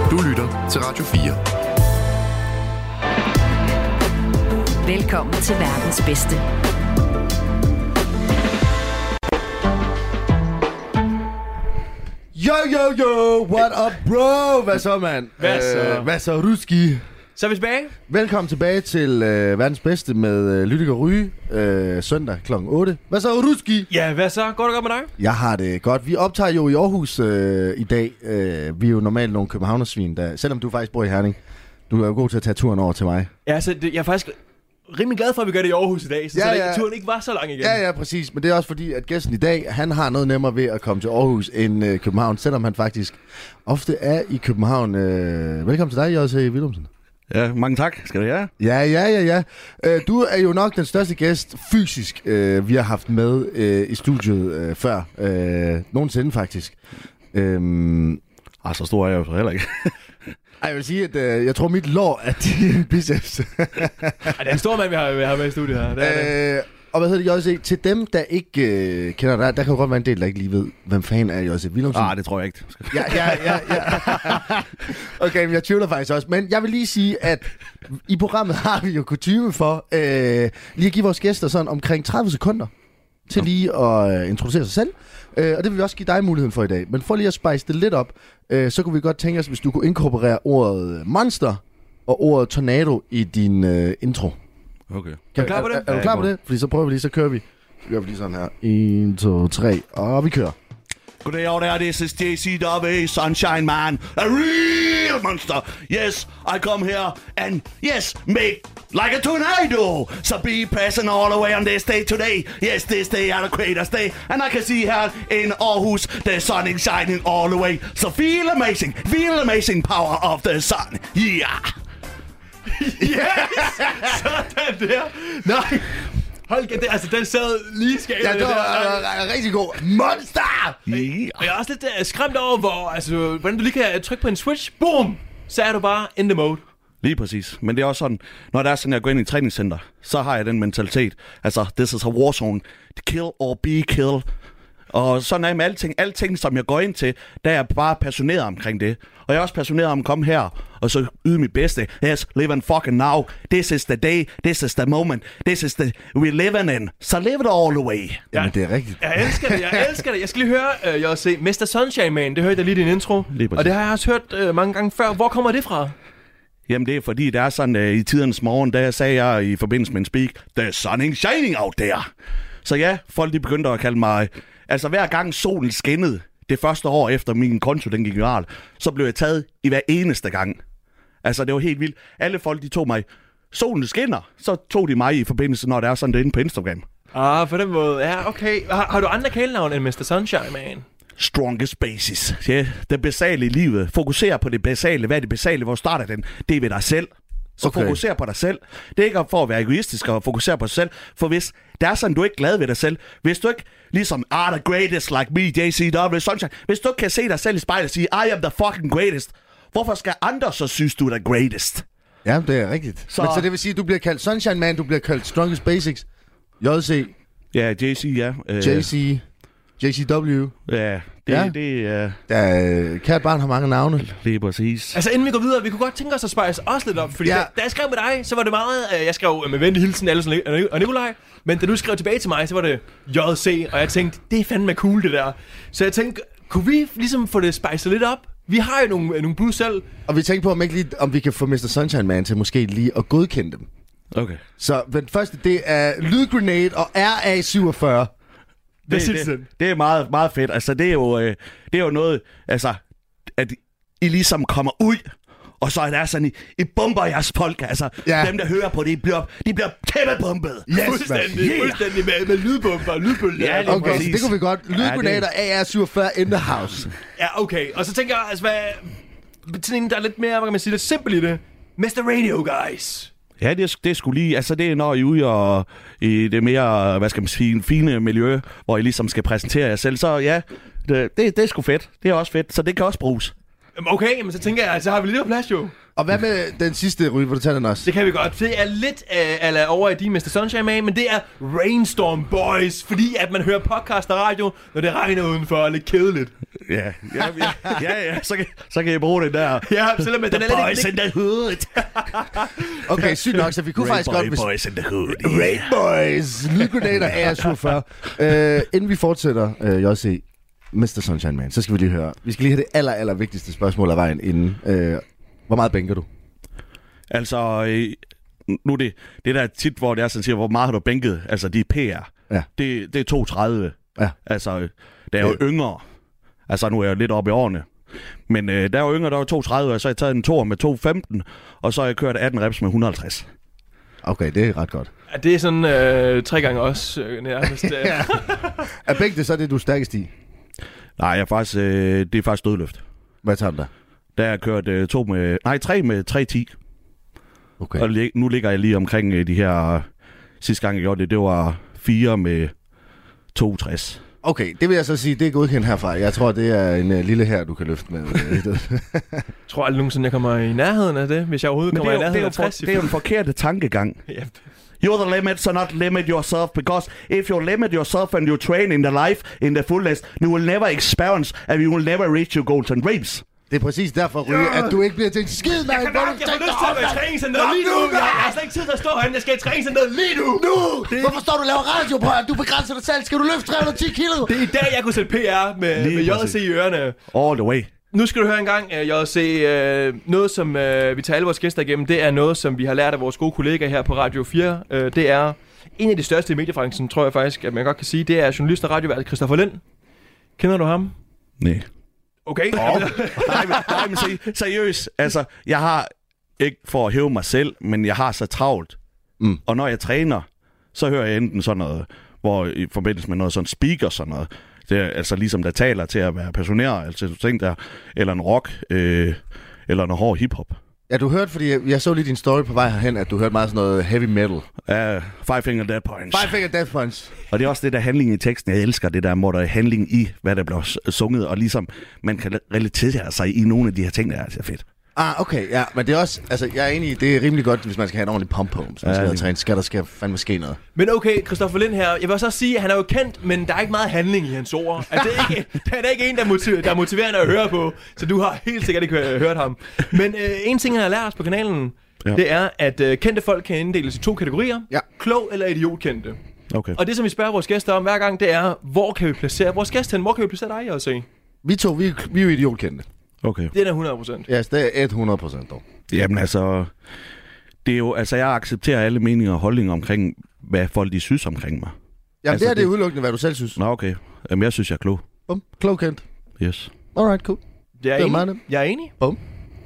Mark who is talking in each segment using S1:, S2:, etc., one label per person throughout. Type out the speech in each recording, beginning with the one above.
S1: Du lytter til Radio 4.
S2: Velkommen til verdens bedste.
S3: Yo, what up, bro? Hvad så, mand? Hvad så, Ruski?
S4: Så er vi tilbage.
S3: Velkommen tilbage til verdens bedste med Lydik og Ryge, søndag kl. 8. Hvad så, Ruski?
S4: Ja, hvad så? Går det godt med dig?
S3: Jeg har det godt. Vi optager jo i Aarhus i dag. Vi er jo normalt nogle københavnersvin, der, selvom du faktisk bor i Herning. Du er jo god til at tage turen over til mig.
S4: Ja, så jeg er faktisk rimelig glad for, at vi gør det i Aarhus i dag, så turen ikke var så lang igen.
S3: Ja, præcis. Men det er også fordi, at gæsten i dag, han har noget nemmere ved at komme til Aarhus end København, selvom han faktisk ofte er i København. Velkommen til dig, J.C. Willumsen.
S5: Ja, mange tak. Skal du have?
S3: Ja. Du er jo nok den største gæst fysisk, vi har haft med i studiet før. Nogensinde faktisk.
S5: Så stor er jeg jo heller ikke.
S3: Ej, jeg vil sige, at jeg tror, mit lår er din biceps.
S4: Det er en stor mand, vi har med i studiet her. Det.
S3: Og hvad hedder det, J.C.? Til dem, der ikke kender dig, der kan jo godt være en del, der ikke lige ved, hvem fanden er J.C. Willumsen.
S5: Det tror jeg ikke.
S3: Ja. Okay, men jeg tvivler faktisk også. Men jeg vil lige sige, at i programmet har vi jo kutyme for lige at give vores gæster sådan omkring 30 sekunder til lige at introducere sig selv. Og det vil vi også give dig muligheden for i dag. Men for lige at spice det lidt op, så kunne vi godt tænke os, hvis du kunne inkorporere ordet monster og ordet tornado i din intro.
S5: Okay.
S4: Er du klar på det?
S3: Er du klar på det? Fordi så prøver vi lige, så kører vi. Vi gør lige sådan her. 1, 2, 3, og vi kører.
S5: Goddag over der, this is JCW, Sunshine Man, a real monster. Yes, I come here and yes, make like a tornado. So be present all the way on this day today. Yes, this day are the greatest day. And I can see here in Aarhus, the sun is shining all the way. So feel amazing power of the sun. Yeah.
S4: Yes! Sådan der. Nej. Hold kæft, den sad lige skabet.
S3: Ja, det var rigtig god. Monster!
S5: Yeah.
S4: Og jeg er også lidt skræmt over, hvordan du lige kan trykke på en switch. Boom! Så er du bare in the mode.
S5: Lige præcis. Men det er også sådan, når der er sådan, jeg går ind i et træningscenter, så har jeg den mentalitet. Altså, this is a war zone. Kill or be killed. Og sådan er med alting, som jeg går ind til, der er jeg bare passioneret omkring det. Og jeg er også passioneret om at komme her, og så yde mit bedste. Yes, live and fucking now. This is the day, this is the moment, this is the we living in. So live it all the way.
S3: Jamen, det er rigtigt.
S4: Jeg elsker det. Jeg skal lige høre, J.C. Mr. Sunshine Man, det hørte jeg lige i din intro. Og det har jeg også hørt mange gange før. Hvor kommer det fra?
S5: Jamen, det er fordi, der er sådan i tidernes morgen, der sagde jeg i forbindelse med en speak, the sun is shining out there. Så ja, folk de begyndte at kalde mig. Altså hver gang solen skinnede, det første år efter min konto, den gik viral, så blev jeg taget i hver eneste gang. Altså det var helt vildt. Alle folk, de tog mig, solen skinner, så tog de mig i forbindelse, når der er sådan det inde på Instagram.
S4: På den måde. Ja, okay. Har du andre kælenavn end Mr. Sunshine Man?
S5: Strongest basis. Ja, det basale i livet. Fokuser på det basale. Hvad er det basale? Hvor starter den? Det er ved dig selv. Så fokuser på dig selv. Det er ikke for at være egoistisk og fokusere på dig selv. For hvis det er sådan, du er ikke glad ved dig selv. Hvis du ikke ligesom, the greatest like me, JCW, Sunshine. Hvis du ikke kan se dig selv i spejlet og sige, I am the fucking greatest. Hvorfor skal andre så synes, du er the greatest?
S3: Ja, det er rigtigt. Så det vil sige, at du bliver kaldt Sunshine Man, du bliver kaldt Strongest Basics, JC.
S5: Ja, JC, ja.
S3: JC. JCW.
S5: Ja, det er...
S3: Kært barn har mange navne.
S5: Lige præcis.
S4: Altså inden vi går videre, vi kunne godt tænke os at spice også lidt op. Fordi da jeg skrev med dig, så var det meget... Jeg skrev med venlig hilsen, Allison og Nikolaj. Men da du skrev tilbage til mig, så var det JC. Og jeg tænkte, det er fandme cool det der. Så jeg tænkte, kunne vi ligesom få det spicet lidt op? Vi har jo nogle bud selv.
S3: Og vi tænkte på, om vi kan få Mr. Sunshine Man til måske lige at godkende dem.
S5: Okay.
S3: Så den første, det er Lydgrenade og RA47.
S5: Det er meget, meget fedt. Altså, det er jo noget, altså, at I ligesom kommer ud, og så er der sådan, I bomber jeres folk, altså, dem, der hører på det, de bliver tæppebumpet.
S3: Yes,
S4: fuldstændig med lydbomber og lydbølger.
S3: Ja, okay, så det kunne vi godt. Lydgrenade og AR47 in the house.
S4: Ja, okay. Og så tænker jeg, altså, der er lidt mere, hvad kan man sige, lidt simpelt i det. Mr. Radio, guys.
S5: Ja, det er sgu lige, altså det er når I er ude og i det mere, hvad skal man sige, fine miljø, hvor I ligesom skal præsentere jer selv, så ja, det er sgu fedt, det er også fedt, så det kan også bruges.
S4: Okay, men så tænker jeg, så har vi lidt plads jo.
S3: Og hvad med den sidste ryge? Vil du tage den også?
S4: Det kan vi godt. Det er lidt over i de Mr. Sunshine Man, men det er Rainstorm Boys, fordi at man hører podcast og radio, når det regner udenfor, og lidt kedeligt.
S5: Ja, så kan jeg bruge det der.
S4: Ja, selvom den er
S5: Boys in the hood.
S3: Okay, sygt nok, så vi kunne faktisk godt...
S5: Boys in the hood.
S3: Raid Boys! Lydgranater AR-47. Inden vi fortsætter, JC, Mr. Sunshine Man, så skal vi lige høre. Vi skal lige have det aller vigtigste spørgsmål af vejen inden. Hvor meget bænker du?
S5: Altså, nu det der er tit, hvor det er sådan siger, hvor meget har du bænket? Altså, de er PR.
S3: Ja.
S5: Det er 230.
S3: Ja.
S5: Altså, der er jo yngre. Altså, nu er jeg lidt oppe i årene. Men der var yngre, der var 230, og så har jeg taget en tor med 215, og så har jeg kørt 18 reps med 150.
S3: Okay, det er ret godt.
S4: Ja, det er sådan 3 gange også nærmest.
S3: Ja. Er bænk det så det, du er stærkest i?
S5: Nej, det er faktisk dødløft.
S3: Hvad tager du der?
S5: Der har jeg kørt 3 med 310.
S3: Okay.
S5: Og nu ligger jeg lige omkring de her... Sidste gang jeg gjorde det var 4 med 62.
S3: Okay, det vil jeg så sige, det er godkendt herfra. Jeg tror, det er en lille her, du kan løfte med.
S4: Jeg tror aldrig nogensinde, jeg kommer i nærheden af det, hvis jeg overhovedet kommer i nærheden af 60.
S5: Det er jo en forkert tankegang.
S4: Ja.
S5: You're the limit, so not limit yourself, because if you limit yourself and you train in the life, in the fullest, you will never experience, and you will never reach your goals and dreams.
S3: Det er præcis derfor, Ryge, at du ikke bliver til en skid, mand.
S4: Jeg får lyst til at være i træningscenteret lige nu. Jeg har slet ikke tid til at stå herinde. Jeg skal i træningscenteret lige nu.
S3: Hvorfor står du og laver radio på, at du begrænser dig selv? Skal du løfte 310 kilo?
S4: Det er i dag, jeg kunne sætte PR med JC i ørerne.
S5: All the way.
S4: Nu skal du høre en gang, JC. Noget, som vi tager alle vores gæster igennem, det er noget, som vi har lært af vores gode kollegaer her på Radio 4. Det er en af de største i mediebranchen, tror jeg faktisk, at man godt kan sige. Det er journalist og radiovært Christoffer Lind. Kender du ham?
S5: Nej.
S4: Okay.
S5: Nej, men seriøst. Altså, jeg har ikke for at hæve mig selv, men jeg har så travlt.
S3: Mm.
S5: Og når jeg træner, så hører jeg enten sådan noget, hvor i forbindelse med noget sådan speaker sådan noget. Det er altså ligesom der taler til at være passioneret, altså ting der, eller en rock, eller en hård hiphop.
S3: Ja, du hørte, fordi jeg så lige din story på vej herhen, at du hørte meget sådan noget heavy metal.
S5: Five Finger Death Punch.
S3: Five Finger Death Punch.
S5: Og det er også det der handling i teksten. Jeg elsker det der, hvor der er handling i, hvad der bliver sunget, og ligesom man kan relatere sig i nogle af de her ting, der er altså fedt.
S3: Okay, ja, men det er også, altså jeg er enig i, det er rimelig godt, hvis man skal have en ordentlig pump på, så man skal have trænet, skal fandme ske noget.
S4: Men okay, Christoffer Lind her, jeg vil også sige, at han er jo kendt, men der er ikke meget handling i hans ord. Altså, der er ikke en, der er motiverende at høre på, så du har helt sikkert ikke hørt ham. Men en ting, han har lært os på kanalen, det er, at kendte folk kan inddeles i 2 kategorier. Ja. Klog eller idiotkendte.
S5: Okay.
S4: Og det, som vi spørger vores gæster om hver gang, det er, hvor kan vi placere vores gæst hen? Hvor kan vi placere dig, JC?
S3: Vi er jo idiotkendte.
S5: Okay.
S4: Det er 100%.
S3: Ja, det er 100% dog.
S5: Jamen altså, det er jo, altså jeg accepterer alle meninger og holdninger omkring, hvad folk de synes omkring mig.
S3: Jamen
S5: altså,
S3: det udelukkende, hvad du selv synes.
S5: Nå okay, jamen jeg synes, jeg er klog.
S3: Bum, klogkendt.
S5: Yes.
S3: Alright, cool.
S4: Jeg er enig.
S3: Bum.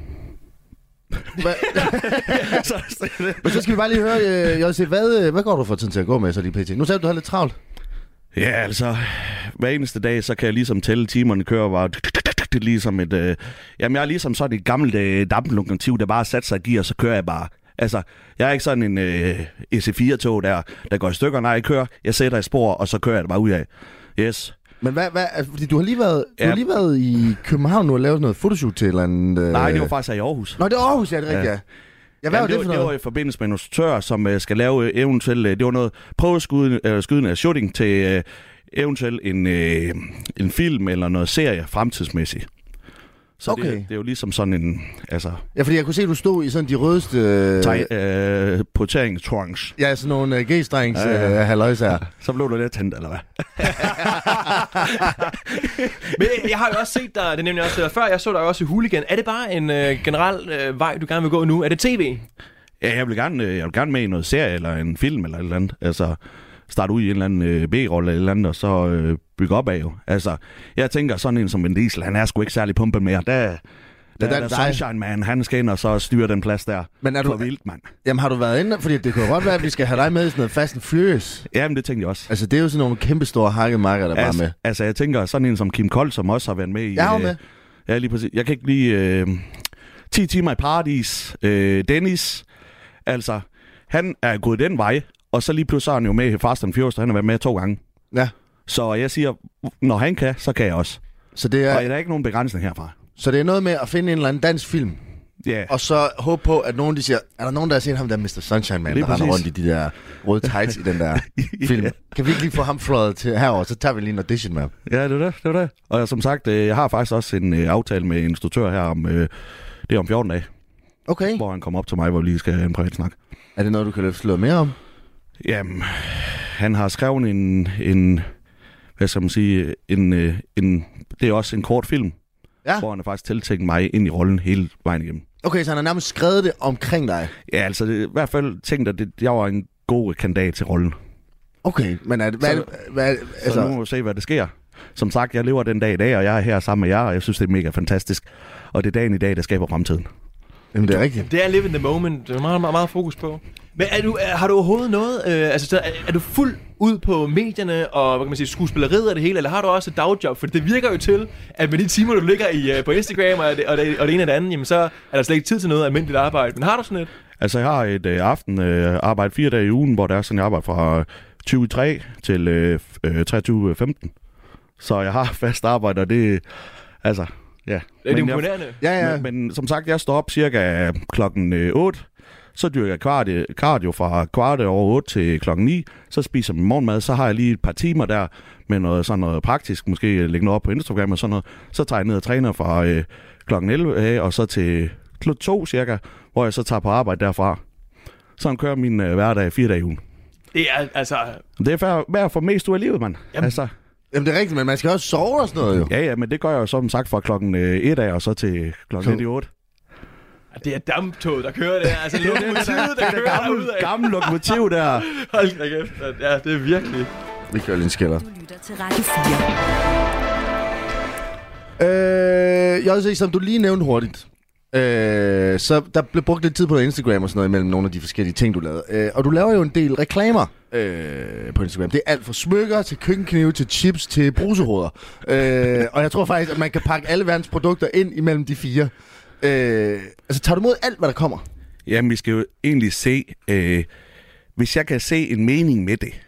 S3: Men så skal vi bare lige høre, JC, hvad går du for tiden til at gå med, så lige pt? Nu sagde du har lidt travlt.
S5: Ja, altså, hver eneste dag, så kan jeg ligesom tælle timerne kører bare... Det er ligesom et... Jamen, jeg er ligesom sådan et gammelt damplokomotiv, der bare sat sig i gear, så kører jeg bare. Altså, jeg er ikke sådan en EC4-tog, der går i stykker. Nej, jeg kører, jeg sætter i spor, og så kører jeg det bare ud af. Yes.
S3: Men hvad altså, fordi du har lige været i København nu og lavet noget fotoshoot til eller andet...
S5: Nej, det var faktisk i Aarhus.
S3: Nå, det er Aarhus, ja, det er rigtigt, ja.
S5: Ja, hvad var det for noget? Det var i forbindelse med en instruktør, som skal lave eventuelt... Det var noget prøveskydende af shooting til eventuelt en film eller noget serie fremtidsmæssigt. Så
S3: okay.
S5: Det er jo ligesom sådan en... Altså,
S3: ja, fordi jeg kunne se, at du stod i sådan de rødeste...
S5: porteringstrunks.
S3: Ja, sådan nogle G-strengs halløjsager.
S5: Så blev du lidt tændt, eller hvad?
S4: Men jeg har jo også set dig, det nævnte jeg også før, jeg så dig også i Hooligan. Er det bare en generel vej, du gerne vil gå nu? Er det tv?
S5: Ja, jeg vil gerne med i noget serie eller en film eller et eller andet. Altså... starte ud i en eller anden B-rolle eller andet, og så bygge op af jo. Altså, jeg tænker sådan en som Vin Diesel, han er sgu ikke særlig pumpet mere. Der er Sunshine Man, han skal ind og så styre den plads der.
S3: Men er du
S5: vildt, mand?
S3: Jamen har du været inde, fordi det kunne godt være, at vi skal have dig med i sådan noget Fast and Furious.
S5: Jamen det tænkte jeg også.
S3: Altså det er jo sådan nogle kæmpestore hakkemakker, der bare med.
S5: Altså jeg tænker sådan en som Kim Kold, som også har været med i...
S3: Jeg er med.
S5: Ja, lige præcis. Jeg kan ikke lide 10 timer i paradis, Dennis. Altså, han er gået den vej. Og så lige pludselig er han jo med i Fast and Furious, og han har været med 2 gange.
S3: Ja.
S5: Så jeg siger, når han kan, så kan jeg også.
S3: Så det er...
S5: Og der er ikke nogen begrænsning herfra.
S3: Så det er noget med at finde en eller anden dansk film,
S5: Ja.
S3: Og så håbe på, at nogen de siger, er der nogen, der har set ham der Mr. Sunshine Man,
S5: Lige
S3: der render
S5: præcis.
S3: rundt i de der røde tights i den der film? Kan vi ikke lige få ham fløjet til herover, så tager vi lige en audition med ham.
S5: Ja, det er det. Og som sagt, jeg har faktisk også en aftale med en instruktør her om, det er om 14 dage,
S3: Okay.
S5: hvor han kommer op til mig, hvor vi lige skal have en privat snak.
S3: Er det noget, du kan løfte slået mere om?
S5: Jamen, han har skrevet en hvad skal man sige, det er også en kort film, hvor han har faktisk tiltænkt mig ind i rollen hele vejen igennem.
S3: Okay, så han har nærmest skrevet det omkring dig.
S5: Ja, altså i hvert fald tænkte jeg var en god kandidat til rollen.
S3: Okay, men er det, hvad,
S5: Så nu må vi se, hvad det sker. Som sagt, jeg lever den dag i dag, og jeg er her sammen med jer, og jeg synes, det er mega fantastisk. Og det er dagen i dag, der skaber fremtiden.
S3: Jamen, det er rigtigt.
S4: Det er live in the moment. Det er meget, meget, meget fokus på. Men har du overhovedet noget... er du fuld ud på medierne og hvad kan man sige, skuespilleriet og det hele, eller har du også et dagjob? For det virker jo til, at med de timer, du ligger på Instagram og det ene og det andet, jamen, så er der slet ikke tid til noget almindeligt arbejde. Men har du sådan et?
S5: Altså, jeg har et arbejde 4 dage i ugen, hvor der er sådan, jeg arbejder fra 23 til 23.15. Så jeg har fast arbejde, og det altså... Ja.
S4: Det er imponerende.
S3: Ja.
S5: Men som sagt, jeg står op cirka klokken 8. Så dyrker jeg cardio fra 8:15 til klokken 9. Så spiser jeg morgenmad. Så har jeg lige et par timer der med noget praktisk. Måske lægge noget op på Instagram og sådan noget. Så tager jeg ned og træner fra klokken 11 af, og så til 2 cirka, hvor jeg så tager på arbejde derfra. Så kører min hverdag 4 dage i ugen.
S4: Det er altså...
S5: Det er værd at få mest ud af livet, mand. Altså...
S3: Jamen, det er rigtigt, men man skal også sove og sådan noget, jo.
S5: Ja, men det gør jeg jo som sagt fra klokken 1 af, og så til klokken 1 i 8.
S4: Det er damptoget, der kører der. Altså lokomotivet, der kører derudad.
S5: Gammel lokomotiv der.
S4: Hold da kæft. Ja, det er virkelig.
S3: Vi kører lige en skiller.
S2: Du lytter til Radio 4.
S3: Jeg vil sige, som du lige nævnte hurtigt, så der blev brugt lidt tid på Instagram og sådan noget imellem nogle af de forskellige ting, du lavede. Og du laver jo en del reklamer på Instagram. Det er alt fra smykker til køkkenknive til chips til brusehoveder. Og jeg tror faktisk, at man kan pakke alle verdens produkter ind imellem de 4. Altså, tager du mod alt, hvad der kommer?
S5: Jamen, vi skal jo egentlig se, hvis jeg kan se en mening med det.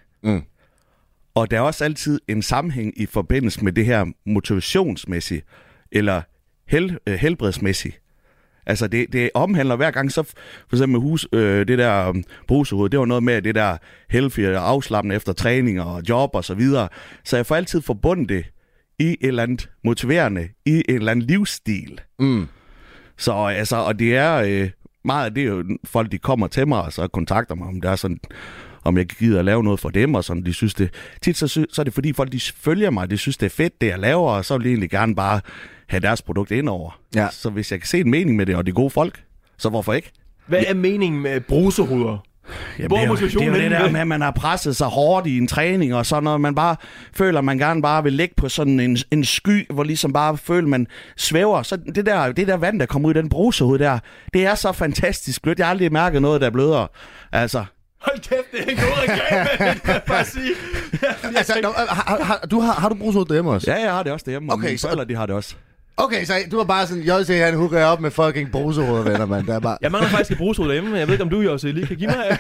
S5: Og der er også altid en sammenhæng i forbindelse med det her motivationsmæssigt, eller helbredsmæssigt. Altså, det omhandler hver gang, så for eksempel det der brusehoved, det var noget med det der healthy og afslappende efter træning og job og så videre. Så jeg får altid forbundet det i et eller andet motiverende, i en eller anden livsstil. Så altså, og det er meget af det jo, folk de kommer til mig og så kontakter mig, om det er sådan, om jeg gider at lave noget for dem og sådan, de synes det. Tit så er det fordi folk de følger mig, de synes det er fedt det jeg laver, og så vil de egentlig gerne bare have deres produkt indover.
S3: Ja.
S5: Så hvis jeg kan se en mening med det, og det er gode folk, så hvorfor ikke?
S4: Hvad er meningen med brusehoveder?
S5: Jamen,
S4: Hvor er
S5: det
S4: motivationen
S5: er jo det
S4: henne
S5: der
S4: ved?
S5: med, at man har presset sig hårdt i en træning og sådan noget. Man bare føler, at man gerne bare vil ligge på sådan en sky, hvor ligesom bare føler, man svæver. Så det der vand, der kommer ud i den brusehoved der, det er så fantastisk blødt. Jeg har aldrig mærket noget, der er blødere. Altså...
S4: Hold kæft, det er en god reklame, det kan jeg bare sige.
S3: Altså, har du brusehoved derhjemme også?
S5: Ja, jeg har det også derhjemme, og
S3: Okay,
S5: mine forældre, de har det også.
S3: Okay, så du var bare sådan, Jolse, han hooker op med fucking brusehoveder, venner, mand. Det er bare...
S4: Jeg mangler faktisk et brusehoved derhjemme. Jeg ved ikke, om du, Jose, lige kan give mig...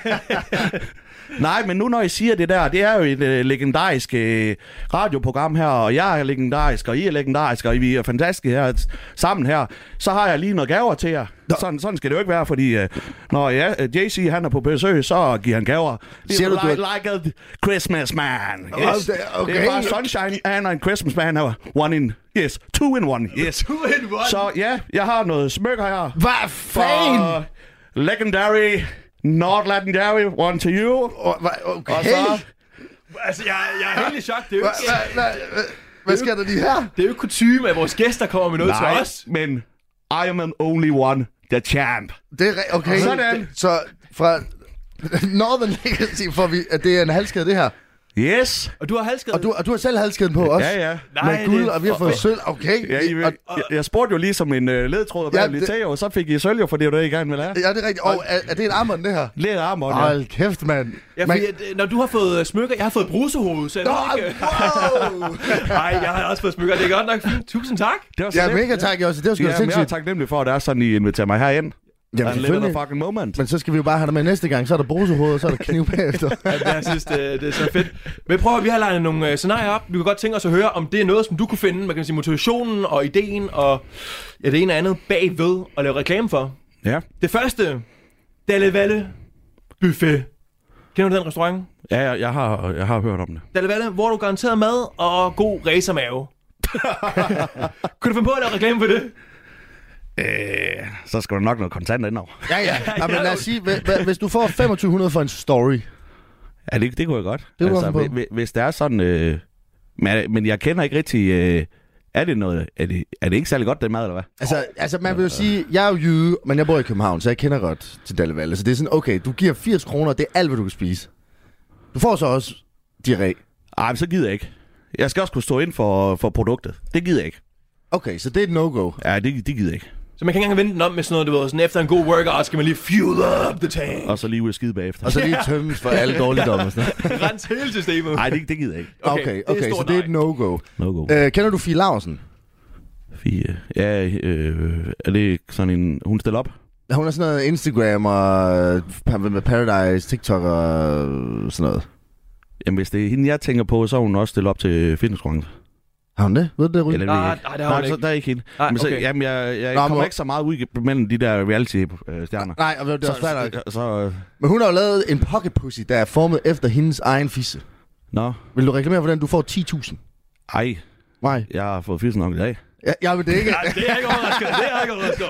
S5: Nej, men nu når I siger det der, det er jo et legendarisk radioprogram her, og jeg er legendarisk, og I er legendarisk, og vi er fantastiske her sammen her. Så har jeg lige noget gaver til jer. Sådan skal det jo ikke være, fordi når JC han er på besøg, så giver han gaver.
S3: Siger du,
S5: like a Christmas man. Yes.
S3: Okay.
S5: Det er bare Sunshine and a Christmas man. Yes, 2 in 1. Yes.
S4: 2 in 1.
S5: Så ja, jeg har noget smykker her.
S3: Hvad fanden?
S5: For legendary, not legendary, one to you.
S3: Okay.
S5: Og så...
S4: Altså, jeg er helt i chok. Det er jo ikke...
S3: Hvad sker der lige her?
S4: Det er jo ikke kutyme, at vores gæster kommer med noget til os.
S5: Men I am an only one, the champ.
S3: Det er okay.
S5: Sådan.
S3: Så fra Northern Legacy får vi, at det er en halskæde, det her.
S5: Yes.
S4: Og du har halskæden.
S3: Og du har selv halskæden på også?
S5: Ja.
S3: Med guld, og vi har fået sølv. Okay.
S5: Ja, jeg spurgte jo lige som en ledtråd, hvad jeg ville tage, og så fik I sølv jo, for det er jo det, I gerne vil have.
S3: Ja, det er rigtigt. Og er det en armbånd, det her?
S5: Lidt armbånd, ja.
S3: Hold kæft, mand.
S4: Ja, fordi når du har fået smykker, jeg har fået brusehoved, så jeg
S3: Wow!
S4: Nej, jeg har også fået smykker, det er godt nok fint. Tusind tak.
S5: Det var så
S3: Ja,
S5: lidt.
S3: mega tak, Jose. Det var sgu da
S5: Ja, men jeg er
S3: sindssygt.
S5: taknemmelig for, at det er sådan, I inviterer mig herind.
S3: Jamen,
S5: I live
S3: selvfølgelig.
S5: the fucking moment.
S3: Men så skal vi jo bare have dig med næste gang. Så er der brusehoved, og så er der kniv bagefter.
S4: Jeg synes, det er så fedt. Men prøv at vi har legnet nogle scenarier op. Vi kunne godt tænke os at høre, om det er noget, som du kunne finde, man kan sige motivationen og ideen og det ene og andet bagved at lave reklame for.
S5: Ja.
S4: Det første, Dalle Valle Buffet. Kender du den restaurant?
S5: Ja, jeg har hørt om det.
S4: Dalle Valle, hvor du garanteret mad og god racermave. Kunne du finde på at lave reklame for det?
S5: Så skal der nok noget kontant indover.
S3: Ja. Men lad os sige, hvis du får 2500 for en story.
S5: Ja, det kunne jeg godt.
S3: Det kunne
S5: hvis det er sådan... men jeg kender ikke rigtig... er det ikke særlig godt, den mad, eller hvad?
S3: Altså man vil jo sige, jeg er jo jyde, men jeg bor i København, så jeg kender godt til Dalle Valle. Så det er sådan, okay, du giver 80 kroner, det er alt, hvad du kan spise. Du får så også diarré.
S5: Ej, men så gider jeg ikke. Jeg skal også kunne stå ind for produktet. Det gider jeg ikke.
S3: Okay, så det er et no-go.
S5: Ja, det gider jeg ikke.
S4: Så man kan ikke engang vente den om med sådan noget, du ved, sådan efter en god workout, skal man lige fuel up the tank.
S5: Og så lige ud og skide bagefter.
S3: Og så lige tømmes for alle dårligdomme.
S4: Rens hele systemet.
S5: Nej, det gider jeg ikke.
S3: Okay, så det er et no-go.
S5: No-go.
S3: Kender du Fie Laursen?
S5: Fie? Ja, er det sådan en... Hun stiller op?
S3: Hun er sådan noget Instagram og Paradise, TikTok og sådan noget.
S5: Jamen, hvis det er hende, jeg tænker på, så er hun også stillet op til fitnesskonkurrence.
S3: Har hun det? Ved du det, Rune?
S4: Nej, det har hun ikke.
S5: Der er ikke hende.
S4: Nej,
S5: men så,
S4: okay.
S5: jamen, jeg kommer ikke så meget ud mellem de der reality-stjerner.
S3: Nej, og det er også
S5: så,
S3: men hun har jo lavet en pocket pussy, der er formet efter hendes egen fisse.
S5: Nå.
S3: Vil du reklamere for den? Du får 10.000.
S5: Ej.
S3: Nej.
S5: Jeg har fået fissen nok i dag.
S3: Ja, men det er ikke...
S4: Nej, det er ikke overrasket.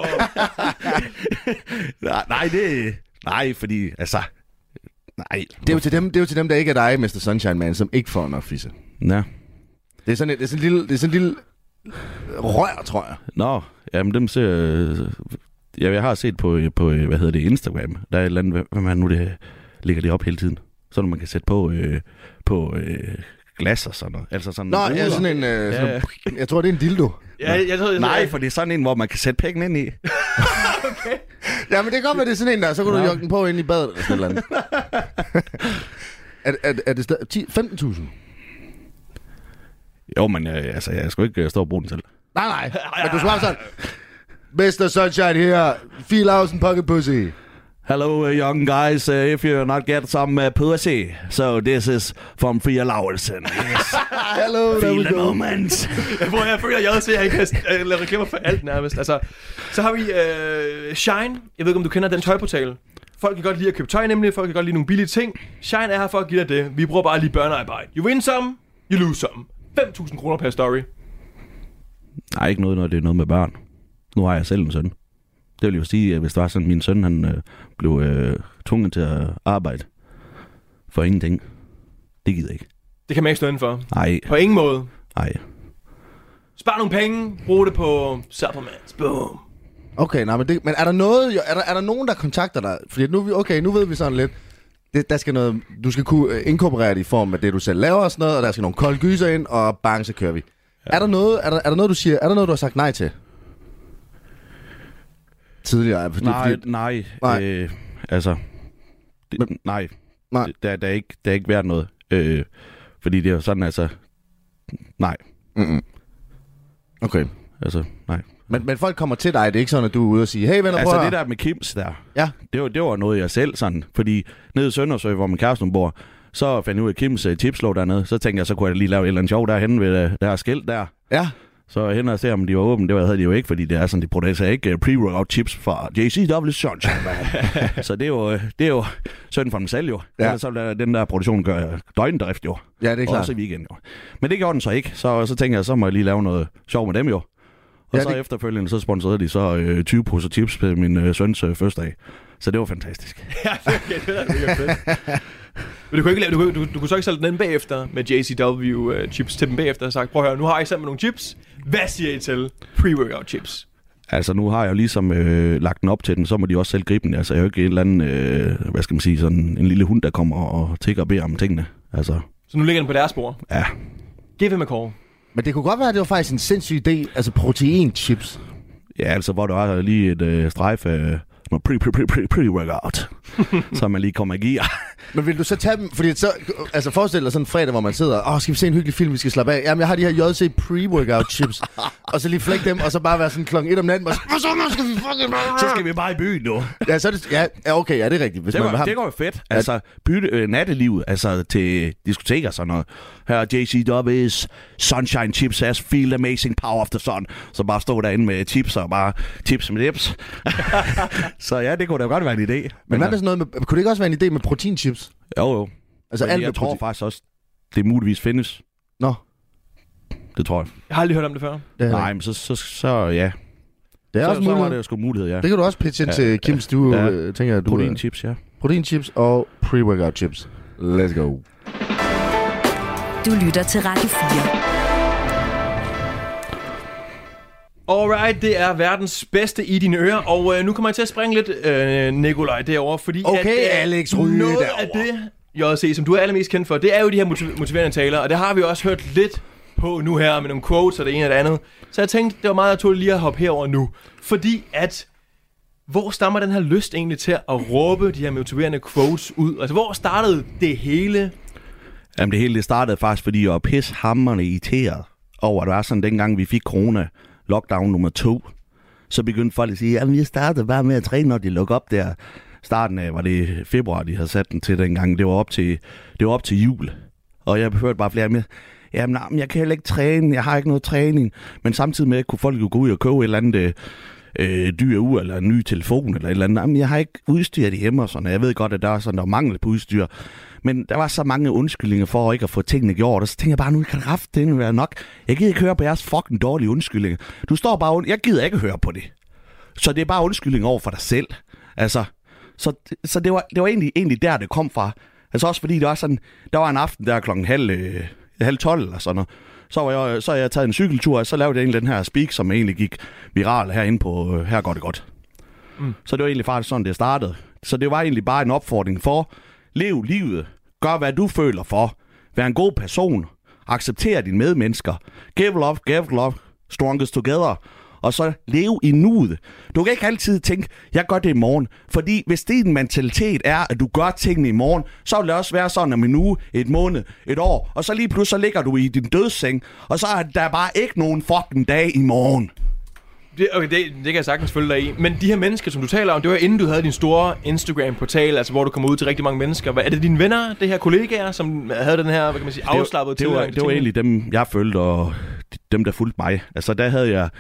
S5: Nej, fordi, altså... Nej.
S3: Det er jo til dem, der ikke er dig, Mr. Sunshine Man, som ikke får nok fisse.
S5: Ja.
S3: Det er sådan en lille rør, tror jeg.
S5: Nå, jamen dem ser... Jeg har set på hvad hedder det, Instagram. Der er et eller andet, hvad man nu det ligger det op hele tiden. Så man kan sætte på glas og sådan noget. Altså sådan.
S3: Nå, ja, sådan en... jeg tror, det er en dildo.
S4: Ja, jeg tror,
S5: nej, for det er sådan en, hvor man kan sætte penge ind i.
S4: Okay.
S3: Ja, men det kan godt være, det er sådan en der. Så kan du jogge den på ind i badet eller sådan noget. Er det stadig 15.000?
S5: Jo, men jeg skal ikke stå og bruge den selv.
S3: Nej. Men du svarer sådan... Mr. Sunshine here. 4.000 pocket pussy.
S5: Hello, young guys. If you not get some pussy, so this is from Fie Laursen. Yes.
S3: Hello,
S5: feel the moment.
S4: Jeg føler, at jeg ikke kan lave reklamer for alt nærmest. Altså, så har vi Shine. Jeg ved ikke, om du kender den tøjportal. Folk kan godt lide at købe tøj, nemlig. Folk kan godt lide nogle billige ting. Shine er her for at give dig det. Vi bruger bare lige børnearbejde. You win some, you lose some. 5.000 kroner per story.
S5: Nej, ikke noget, når det er noget med børn. Nu har jeg selv en søn. Det vil jo sige, at hvis det var sådan, min søn han blev tvunget til at arbejde for ingenting. Det gider jeg ikke.
S4: Det kan man ikke stå inden for.
S5: Nej.
S4: På ingen måde.
S5: Nej.
S4: Spar nogle penge. Brug det på supplements. Boom.
S3: Okay, nej, men er der noget... Er der nogen, der kontakter dig? Fordi nu ved vi sådan lidt... Der skal noget... Du skal kunne inkorporere det i form af det, du selv laver og sådan noget, og der skal nogle kolde gyser ind, og bang, så kører vi. Ja. Er der noget, du siger... Er der noget, du har sagt nej til? Tidligere.
S5: Nej. Altså... Nej. Der er ikke været noget. Fordi det er jo sådan, altså... Nej.
S3: Mm-mm. Okay.
S5: Altså, nej.
S3: Men folk kommer til dig, det er ikke sådan, at du er ude og sige, hey venner,
S5: altså
S3: prøv
S5: det der med Kims der,
S3: ja.
S5: det var noget jeg selv sådan, fordi nede i Søndersø, hvor min kæreste bor, så fandt jeg ud af Kims tipslå dernede, så tænkte jeg, så kunne jeg lige lave et eller andet sjov derhenne ved der skilt der.
S3: Ja.
S5: Så hen og se, om de var åbne. Det havde de jo ikke, fordi det er sådan, de producerer ikke pre-workout chips fra JCW Sunshine. Så det er jo synd for dem selv jo. Ja. Ellers så lader den der produktion gøre døgndrift jo.
S3: Ja, det er klart.
S5: Også i weekend jo. Men det gjorde den så ikke. Så tænker jeg, så må jeg lige lave noget sjov med dem jo. Og ja, så efterfølgende, så sponsorerede de så 20 poser chips på min søns fødselsdag. Så det var fantastisk.
S4: Ja, okay, det er mega fedt. Men du kunne så ikke sælge den bagefter med JCW chips til dem bagefter og sagt, prøv at høre, nu har I sammen med nogle chips. Hvad siger I til pre-workout chips?
S5: Altså nu har jeg jo ligesom lagt den op til den, så må de også selv gribe den. Altså jeg er jo ikke en eller anden, hvad skal man sige, sådan en lille hund, der kommer og tigger og beder om tingene. Altså. Så
S4: nu ligger den på deres bord?
S5: Ja.
S4: Give him a call. Men
S3: det kunne godt være, at det var faktisk en sindssyg idé, altså protein-chips.
S5: Ja, altså hvor der var lige et strejf af pre-workout, så man lige kommer i gear.
S3: Men vil du så tage dem? Fordi så, altså forestil dig sådan en fredag, hvor man sidder, skal vi se en hyggelig film, vi skal slappe af. Jamen, jeg har de her JC pre-workout chips. Og så lige flække dem, og så bare være sådan klokken 1 om natten. Og
S5: Så skal vi bare i byen nu.
S3: Ja, så er det, ja, okay, ja, det er rigtigt. Hvis
S5: Det
S3: man
S5: går jo fedt. Altså, bytte nattelivet, altså til diskoteker og sådan noget. Her er JCW's Sunshine Chips as Feel Amazing Power of the Sun. Så bare stå derinde med chips og bare chips med dips. Så ja, det kunne da godt være en idé.
S3: Men hvad med sådan noget med, kunne det ikke også være en idé med proteinchips?
S5: Jo.
S3: Altså alt
S5: jeg tror faktisk også, det muligvis findes.
S3: Nå.
S5: Det tror jeg.
S4: Jeg har aldrig hørt om det før.
S5: Nej, men så ja.
S3: Det er også mulighed.
S5: Så var det jo sgu mulighed, ja.
S3: Det kan du også pitche ind til Kims, du tænker, at du...
S5: Proteinchips, ja.
S3: Proteinchips og pre-workout chips. Let's go.
S2: Du lytter til Radio 4.
S4: Alright, det er verdens bedste i dine ører, og nu kommer jeg til at springe lidt, Nikolaj, derovre, fordi
S3: okay,
S4: at,
S3: Alex Ryge
S4: noget
S3: derovre.
S4: af det, JC, som du er allermest kendt for, det er jo de her motiverende taler, og det har vi også hørt lidt på nu her med nogle quotes og det ene og det andet. Så jeg tænkte, det var meget naturligt lige at hoppe herover nu, fordi at hvor stammer den her lyst egentlig til at råbe de her motiverende quotes ud? Altså, hvor startede det hele?
S5: Jamen, det hele det startede faktisk, fordi jeg var pishamrende irriteret over, at det var sådan, dengang vi fik corona, lockdown nummer 2, så begyndte folk at sige, at jeg startede bare med at træne, når de lukkede op der. Starten af, var det februar, de havde sat den til dengang. Det var op til jul. Og jeg hørte bare flere med, jamen, jeg kan heller ikke træne, jeg har ikke noget træning. Men samtidig med, kunne folk jo gå ud og købe et eller andet dyr ud, eller en ny telefon, eller et eller andet. Jamen, jeg har ikke udstyr det hjemme og sådan. Jeg ved godt, at der er mangel på udstyr. Men der var så mange undskyldninger for ikke at få tingene gjort, og så tænkte jeg bare, nu kan det være nok. Jeg gider ikke høre på jeres fucking dårlige undskyldninger. Du står bare jeg gider ikke høre på det. Så det er bare undskyldninger over for dig selv. Altså, så det var egentlig der, det kom fra. Altså også fordi det var sådan, der var en aften der klokken halv 12 eller sådan noget. Så har jeg taget en cykeltur, og så lavede jeg egentlig den her speak, som egentlig gik viral herinde på Her går det godt. Så det var egentlig faktisk sådan, det startede. Så det var egentlig bare en opfordring for, lev livet, gør hvad du føler for, vær en god person, accepter dine medmennesker, give love, strongest together, og så lev i nuet. Du kan ikke altid tænke, jeg gør det i morgen, fordi hvis din mentalitet er, at du gør tingene i morgen, så vil det også være sådan om en uge, et måned, et år, og så lige pludselig så ligger du i din dødsseng, og så er der bare ikke nogen fucking dag i morgen.
S4: Det kan jeg sagtens følge dig i. Men de her mennesker, som du taler om, det var inden du havde din store Instagram-portal, altså hvor du kom ud til rigtig mange mennesker. Er det dine venner, det her kollegaer, som havde den her, hvad kan man sige, afslappet tilgang?
S5: Det var egentlig dem, jeg følte, og dem, der fulgte mig. Altså der havde jeg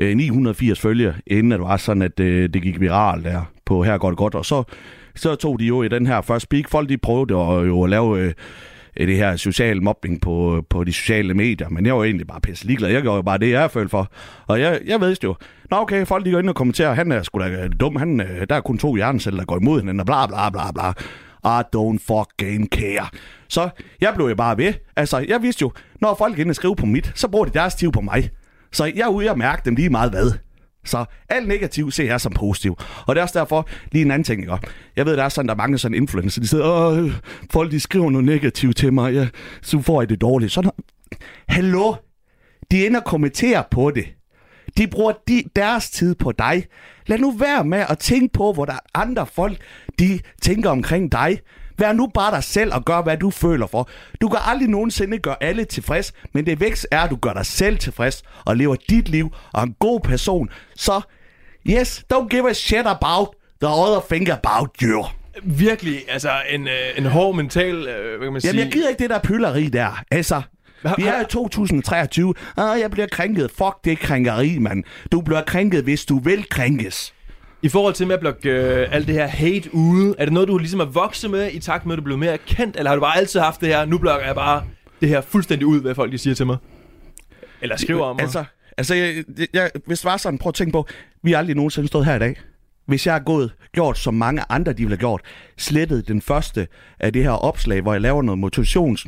S5: 980 følgere, inden det var sådan, at det gik viralt der på Her går det godt. Og så tog de jo i den her første speak. Folk de prøvede at lave det her social mobbing på de sociale medier, men jeg var egentlig bare pisse ligeglad. Jeg gjorde jo bare det, jeg følte for. Og jeg ved jo, okay, folk de går ind og kommenterer, han er sgu da dum, der er kun 2 hjerneceller, der går imod hinanden, og bla bla bla bla. I don't fucking care. Så jeg blev jo bare ved. Altså, jeg vidste jo, når folk ind og skriver på mit, så bruger de deres stiv på mig. Så jeg er ude og mærke dem lige meget hvad. Så alt negativt ser jeg som positiv. Og det er også derfor, lige en anden ting, ikke? Jeg ved, der er sådan, der er mange sådan influencer, de sidder, folk de skriver noget negativt til mig, så får jeg det dårligt. Sådan, hallo? De ender og kommenterer på det. De bruger deres tid på dig. Lad nu være med at tænke på, hvor der er andre folk, de tænker omkring dig. Vær nu bare dig selv og gør, hvad du føler for. Du kan aldrig nogensinde gøre alle tilfreds, men det vækst er, at du gør dig selv tilfreds og lever dit liv og er en god person. Så, yes, don't give a shit about the other thing about you.
S4: Virkelig, altså en hård mental, hvad kan man sige?
S5: Jamen, jeg gider ikke det der pylleri der. Altså, vi er i 2023. Jeg bliver krænket. Fuck, det er krænkeri, mand. Du bliver krænket, hvis du vil krænkes.
S4: I forhold til med at blokke alt det her hate ude, er det noget, du ligesom er vokset med i takt med, at du blev mere kendt? Eller har du bare altid haft det her, nu blokker jeg bare det her fuldstændig ud, hvad folk de siger til mig? Eller skriver om mig?
S5: Altså hvis det var sådan, prøv at tænke på, vi har aldrig nogensinde stået her i dag. Hvis jeg har gjort som mange andre, de ville have gjort, slettet den første af det her opslag, hvor jeg laver noget motivations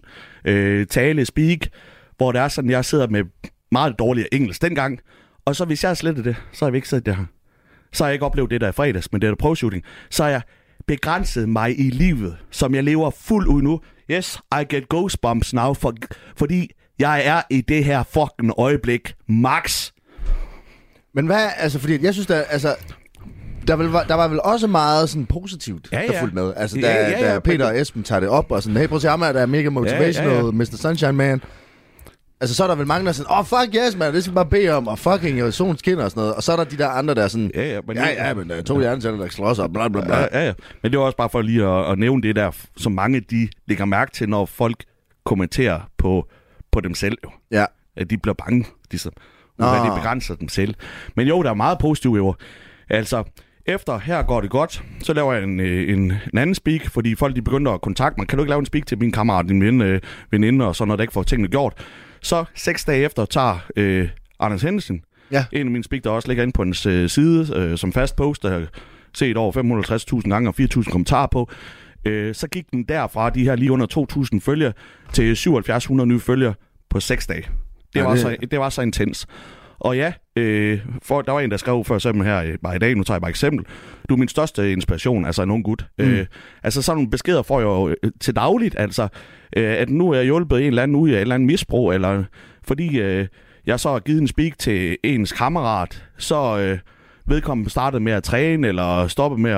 S5: tale, speak, hvor det er sådan, jeg sidder med meget dårligere engelsk dengang, og så hvis jeg har slettet det, så har jeg ikke siddet det her. Så har jeg ikke oplevet det der i fredags, men det der pro-shooting. Så har jeg begrænset mig i livet, som jeg lever fuld ud nu. Yes, I get goosebumps now, fordi jeg er i det her fucking øjeblik max.
S3: Men hvad, altså fordi jeg synes, der, altså Der var vel også meget sådan positivt, der fulgte med. Altså, da Peter og Esben tager det op, og sådan, hey, prøv at se ham, der er mega motivational, Mr. Sunshine Man. Altså, så er der vel mange, der er sådan, fuck yes, man, det skal bare bede om, og fucking solen skinner og sådan noget. Og så er der de der andre, der er sådan, men der er 2 hjerneceller, der slås op, bla bla bla.
S5: Ja. Men det var også bare for lige at nævne det der, som mange de lægger mærke til, når folk kommenterer på dem selv. Jo.
S3: Ja.
S5: At de bliver bange, ligesom. Hvad de begrænser dem selv. Men jo, der er meget positivt jo. Altså, efter her går det godt, så laver jeg en anden speak, fordi folk de begynder at kontakte mig. Kan du ikke lave en speak til min kammerat, din veninde og sådan noget, der ikke får tingene gjort? Så 6 dage efter tager Anders Henningsen, en af mine speak, der også ligger inde på hans side, som fast post, der har set over 550.000 gange og 4.000 kommentarer på. Så gik den derfra, de her lige under 2.000 følgere, til 7.700 nye følgere på 6 dage. Det var så intens. Og ja, der var en, der skrev for eksempel her bare i dag, nu tager jeg bare et eksempel. Du er min største inspiration, altså en ung gut. Altså sådan nogle beskeder får jeg jo til dagligt, altså at nu er jeg hjulpet en eller anden ud af et eller andet misbrug, eller fordi jeg så har givet en speak til ens kammerat, så vedkommende startede med at træne, eller stoppe med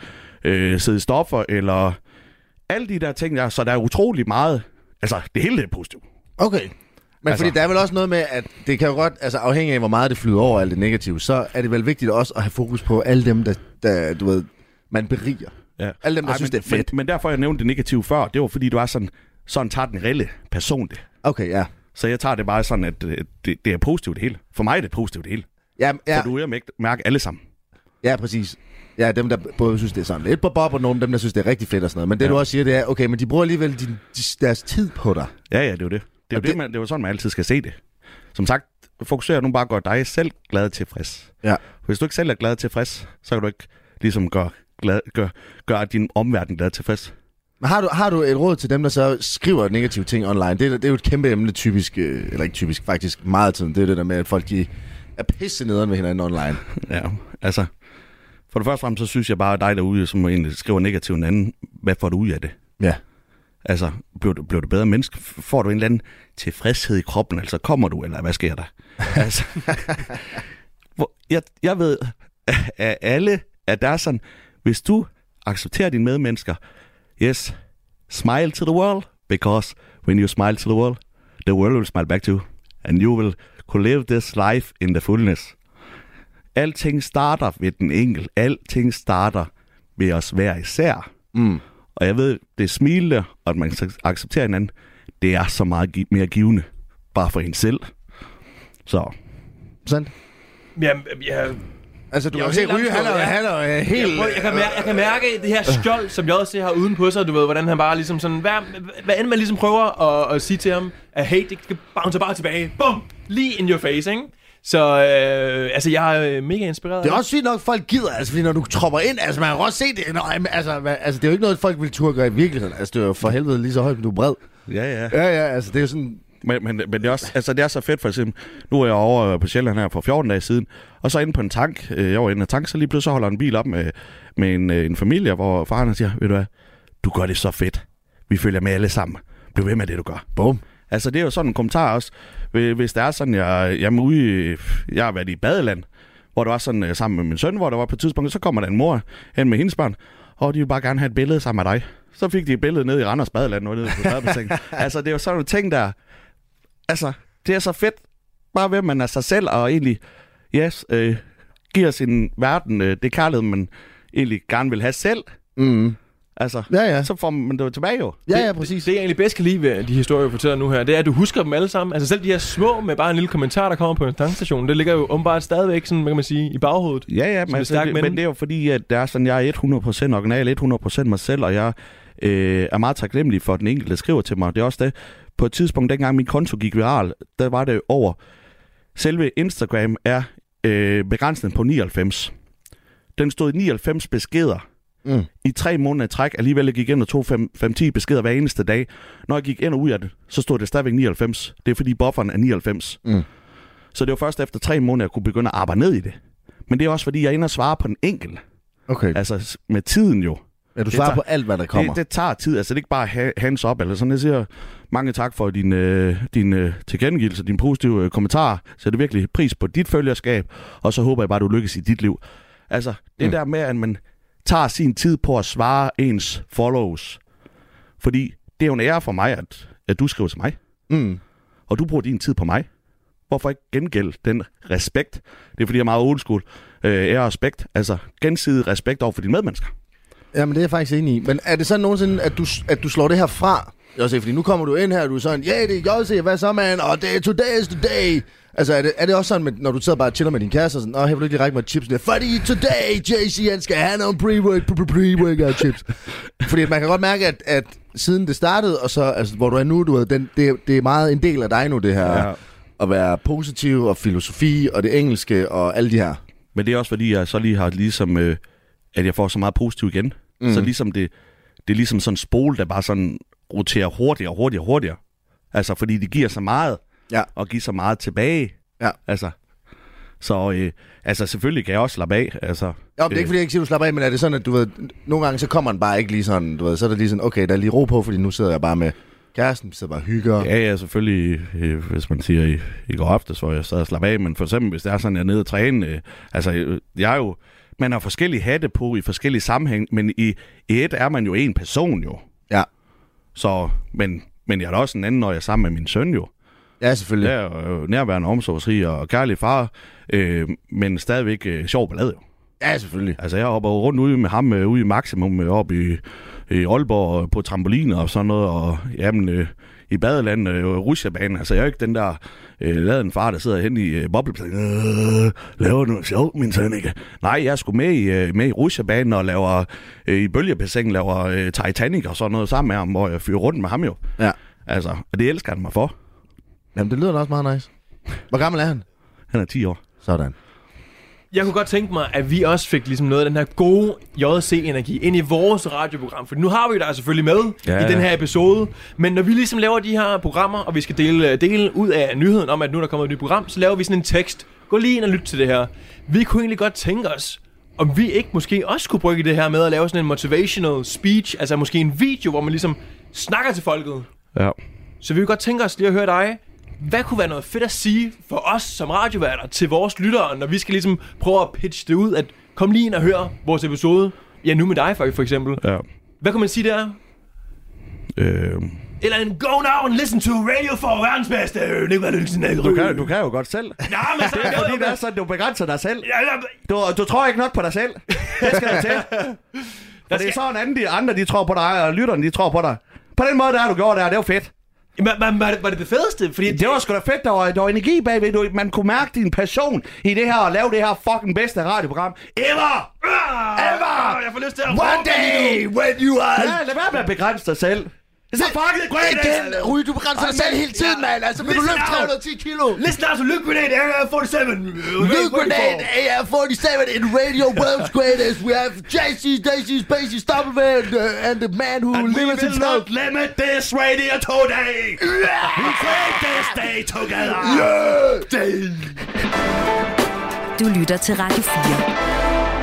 S5: at sidde i stoffer, eller alle de der ting der, så der er utrolig meget, altså det hele er positivt.
S3: Okay. Men altså, fordi der er vel også noget med, at det kan jo godt, altså afhængig af, hvor meget det flyder over alt det negative, så er det vel vigtigt også at have fokus på alle dem, der du ved, man beriger. Ja. Alle dem, der synes, det er fedt.
S5: Men derfor, jeg nævnte det negative før, det var fordi, du er sådan tager den reelle personligt.
S3: Okay, ja.
S5: Så jeg tager det bare sådan, at det er positivt det hele. For mig er det positivt det hele.
S3: Ja.
S5: For du er mærke alle sammen.
S3: Ja, præcis. Ja, dem, der både synes, det er sådan lidt på bob, og nogle dem, der synes, det er rigtig fedt og sådan noget. Men det, du også siger, det er, okay, men de bruger alligevel deres tid på dig.
S5: Ja, det er jo det. Det er jo sådan, man altid skal se det. Som sagt, fokuserer nu bare at gøre dig selv glad og tilfreds.
S3: Ja.
S5: Hvis du ikke selv er glad og tilfreds, så kan du ikke ligesom gøre din omverden glad og tilfreds.
S3: Men har du et råd til dem, der så skriver negative ting online? Det er jo et kæmpe emne typisk, eller ikke typisk, faktisk meget tiden. Det er det der med, at folk de er pisse nederen med hinanden online.
S5: Ja, altså, for det første frem, så synes jeg bare, at dig derude, som egentlig skriver negativt en anden, hvad får du ud af det?
S3: Ja.
S5: Altså, bliver du bedre menneske? Får du en eller anden tilfredshed i kroppen? Altså, kommer du, eller hvad sker der? Altså, jeg ved, at alle, at der er sådan, hvis du accepterer dine medmennesker, yes, smile to the world, because when you smile to the world will smile back to you, and you will could live this life in the fullness. Alting starter ved den enkelte. Alting starter ved os hver især. Og jeg ved, det er smilende, og at man accepterer hinanden, det er så meget mere givende. Bare for en selv. Så.
S3: Sandt?
S4: Ja.
S3: Altså, du kan se, Ryge, han er helt...
S4: Jeg kan mærke det her skjold, som JC har uden på sig, du ved, hvordan han bare ligesom sådan... Hvad end man ligesom prøver at sige til ham, at hey, det skal bounce bare tilbage. Bum! Lige in your face, ikke? Så altså, jeg er mega inspireret.
S3: Det er også sygt nok, folk gider, altså, fordi når du tropper ind, altså, man kan også se det. Altså, det er jo ikke noget, folk vil turde gøre i virkeligheden. Altså, det er jo for helvede lige så højt, du er bred.
S5: Ja,
S3: altså, det er jo sådan...
S5: Men det er også, altså, det er så fedt, for eksempel. Nu er jeg over på Sjælland her for 14 dage siden, og så inde på en tank, jeg var inde af tank, så lige pludselig så holder en bil op med en familie, hvor faren siger, ved du hvad, du gør det så fedt. Vi følger med alle sammen. Bliv ved med det, du gør. Bum. Altså, det er jo sådan en kommentar også. Hvis der er sådan, jeg har været i Badeland, hvor der var sådan sammen med min søn, hvor der var på et tidspunkt, så kommer der en mor hen med hendes børn, og de vil bare gerne have et billede sammen med dig. Så fik de et billede ned i Randers Badeland, nede på badebassin. Altså, det er jo sådan nogle ting, der... Altså, det er så fedt, bare ved, at man er sig selv, og egentlig, giver sin verden det kærlighed, man egentlig gerne vil have selv. Altså, så får man det tilbage jo.
S3: Ja, præcis.
S4: Det jeg egentlig bedst kan lide ved de historier, jeg fortæller nu her, det er, at du husker dem alle sammen. Altså selv de her små med bare en lille kommentar, der kommer på en tankstation, det ligger jo åbenbart stadigvæk sådan, hvad kan man sige, i baghovedet.
S5: Ja, men det er jo fordi, at det er sådan, jeg er 100% original, 100% mig selv, og jeg er meget taknemmelig for, den enkelte, der skriver til mig. Det er også det. På et tidspunkt, dengang min konto gik viral, der var det over. Selve Instagram er begrænsningen på 99. Den stod i 99 beskeder. I 3 måneder i træk, alligevel gik ind og tog 5-10 beskeder hver eneste dag. Når jeg gik ind og ud af det, så stod det stadigvæk 99. Det er fordi bufferen er 99. Så det var først efter 3 måneder, jeg kunne begynde at arbejde ned i det. Men det er også fordi, jeg er inde og svare på den enkelte.
S3: Okay.
S5: Altså med tiden jo.
S3: Ja, du svarer på alt, hvad der kommer.
S5: Det tager tid. Altså det er ikke bare hands up, eller sådan. Jeg siger mange tak for din tilkendegivelse, din positive kommentarer. Sætter virkelig pris på dit følgerskab, og så håber jeg bare, du lykkes i dit liv. Altså, det der med, at man tager sin tid på at svare ens follows. Fordi det er jo en ære for mig, at du skriver til mig. Og du bruger din tid på mig. Hvorfor ikke gengælde den respekt? Det er fordi, jeg er meget old school. Ære og respekt. Altså, gensidig respekt over for dine medmennesker.
S3: Jamen, det er jeg faktisk enig i. Men er det sådan nogensinde, at du slår det her fra? Jeg siger, fordi nu kommer du ind her, og du er sådan, det er JC, hvad så, man? Og det er today is the day. Altså, er det også sådan, når du sidder bare og chiller med din kæreste, og sådan, her vil du ikke række mig chips? Fordi today, JC, han skal have nogle pre-workout chips. Fordi man kan godt mærke, at siden det startede, og så, altså, hvor du er nu, det er meget en del af dig nu, det her, at være positiv, og filosofi, og det engelske, og alle de her. Men
S5: det er også, fordi jeg så lige har ligesom, at jeg får så meget positiv igen. Så ligesom det er ligesom sådan en spole, der bare sådan roterer hurtigere. Altså, fordi det giver så meget, og giver så meget tilbage. Ja. Altså, så selvfølgelig kan jeg også slappe af. Altså,
S3: det er ikke, fordi jeg ikke siger, du slapper af, men er det sådan, at du ved, nogle gange så kommer den bare ikke lige sådan, du ved, så er det lige sådan, okay, der er lige ro på, fordi nu sidder jeg bare med kæresten, så bare hygger.
S5: Ja, selvfølgelig, hvis man siger, i går aftes, hvor jeg sad og slapper af, men for eksempel, hvis det er sådan, jeg er nede og træne, jeg er jo, man har forskellige hatte på i forskellige sammenhæng, men i et er man jo en person jo.
S3: Ja.
S5: Så, men jeg er da også en anden, når jeg er sammen med min søn jo.
S3: Ja, selvfølgelig.
S5: Det er jo nærværende, omsorgsrig og kærlig far, men stadigvæk sjov ballade jo.
S3: Ja, selvfølgelig.
S5: Altså, jeg hopper rundt ude med ham ude i Maximum, oppe i Aalborg på trampoliner og sådan noget, og jamen, i badeland, Rusjabanen. Altså, jeg er ikke den der laden far, der sidder hen i boblepladen. Laver noget sjovt, min søn, ikke? Nej, jeg er sgu med i Rusjabanen og laver i bølgebassinen, laver Titanic og sådan noget sammen med ham, hvor jeg fyrer rundt med ham jo.
S3: Ja.
S5: Altså, og det elsker han mig for.
S3: Jamen, det lyder da også meget nice. Hvor gammel er han?
S5: Han er 10 år.
S3: Sådan.
S4: Jeg kunne godt tænke mig, at vi også fik ligesom noget af den her gode JC-energi ind i vores radioprogram. For nu har vi dig selvfølgelig med i den her episode. Men når vi ligesom laver de her programmer, og vi skal dele ud af nyheden om, at nu der kommer et nyt program, så laver vi sådan en tekst. Gå lige ind og lyt til det her. Vi kunne egentlig godt tænke os, om vi ikke måske også kunne bruge det her med at lave sådan en motivational speech. Altså måske en video, hvor man ligesom snakker til folket.
S5: Ja.
S4: Så vi kunne godt tænke os lige at høre dig. Hvad kunne være noget fedt at sige for os som radioværter til vores lyttere, når vi skal ligesom prøve at pitche det ud, at kom lige ind og hør vores episode. Ja, nu med dig for eksempel. Ja. Hvad kan man sige der? Eller en go now and listen to Radio for verdens bedste.
S5: Du kan jo godt selv.
S4: Ja, men så
S5: det er fordi, det er sådan, du begrænser dig selv. Du tror ikke nok på dig selv. Det skal du til. Og det er sådan, andre de tror på dig, og lytterne de tror på dig. På den måde, der har du gjort der, det var fedt.
S4: Var det fedeste? Fordi
S5: det var sgu da fedt, der var energi bagved. Man kunne mærke din passion i det her, og lave det her fucking bedste radioprogram ever!
S4: Jeg får lyst til at
S3: one day, when you are...
S5: Ja, lad være med at begrænse dig selv. Det er så fucking great!
S3: Rui, du begrænser dig selv hele tiden, mand. Altså, vil du løfte 310 kilo?
S4: Listen out to Luke Grenade AR-47.
S3: Luke Grenade AR-47 in Radio World's Greatest. We have JC, Daisy, Spacey, Stopperman, and the man who limits himself.
S5: And we will not limit this radio today. We create this day together.
S2: Du lytter til Radio 4.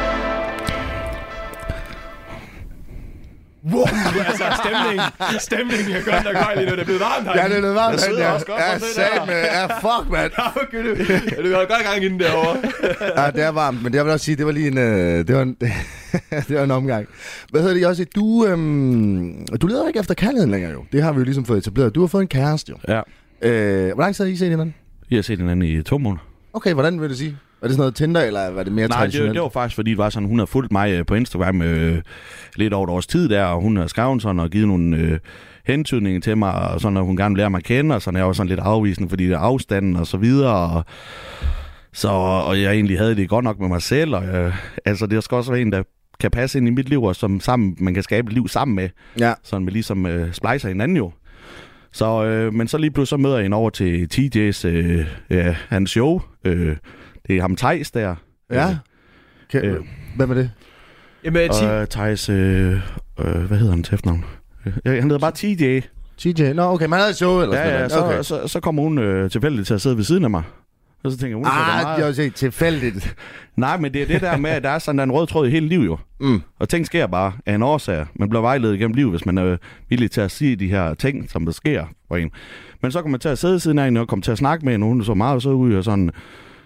S4: Wow, altså stemningen er godt nok høj lige nu. Det er blevet varmt her.
S3: Ja, det er blevet varmt.
S4: Jeg sidder også godt for det der.
S3: Fuck, mand.
S4: Du har godt gang inden derovre.
S3: Ja, det er varmt, men jeg vil også sige, det var lige en... det var en omgang. Hvad hedder det også? Du leder ikke efter kærligheden længere jo. Det har vi jo ligesom fået etableret. Du har fået en kæreste jo.
S5: Ja.
S3: Hvor lang tid har I set hinanden?
S5: Jeg har set hinanden i 2 måneder.
S3: Okay, hvordan vil du sige? Var det sådan noget Tinder, eller var det mere traditionelt?
S5: Nej, det var faktisk, fordi det var sådan, hun har fulgt mig på Instagram lidt over et års tid der, og hun har skrevet sådan og givet nogle hentydninger til mig, og sådan, at hun gerne vil lære mig at kende, og sådan jeg var sådan lidt afvisende, fordi det er afstanden og så videre, og jeg egentlig havde det godt nok med mig selv, og altså det skal også være en, der kan passe ind i mit liv, og som sammen, man kan skabe et liv sammen med, sådan med ligesom splicer hinanden jo. Så, men så lige pludselig så møder jeg hende over til TJ's, hans show. Det er ham Theis der.
S3: Ja. Hvem er det?
S4: Jamen,
S5: Theis, hvad hedder han til efternavn? Han hedder bare TJ.
S3: TJ? Nå, okay, man havde et show eller sådan noget.
S5: Okay. Så kommer hun tilfældigt til at sidde ved siden af mig. Og så tænker hun,
S3: det er også ikke tilfældigt.
S5: Nej, men det er det der med, at der er sådan en rød tråd i hele livet jo. Og ting sker bare af en årsag. Man bliver vejledet gennem livet, hvis man er villig til at sige de her ting, som der sker for en. Men så kommer man til at sidde siden af hende og kommer til at snakke med hende, og hun er så meget så ud og sådan...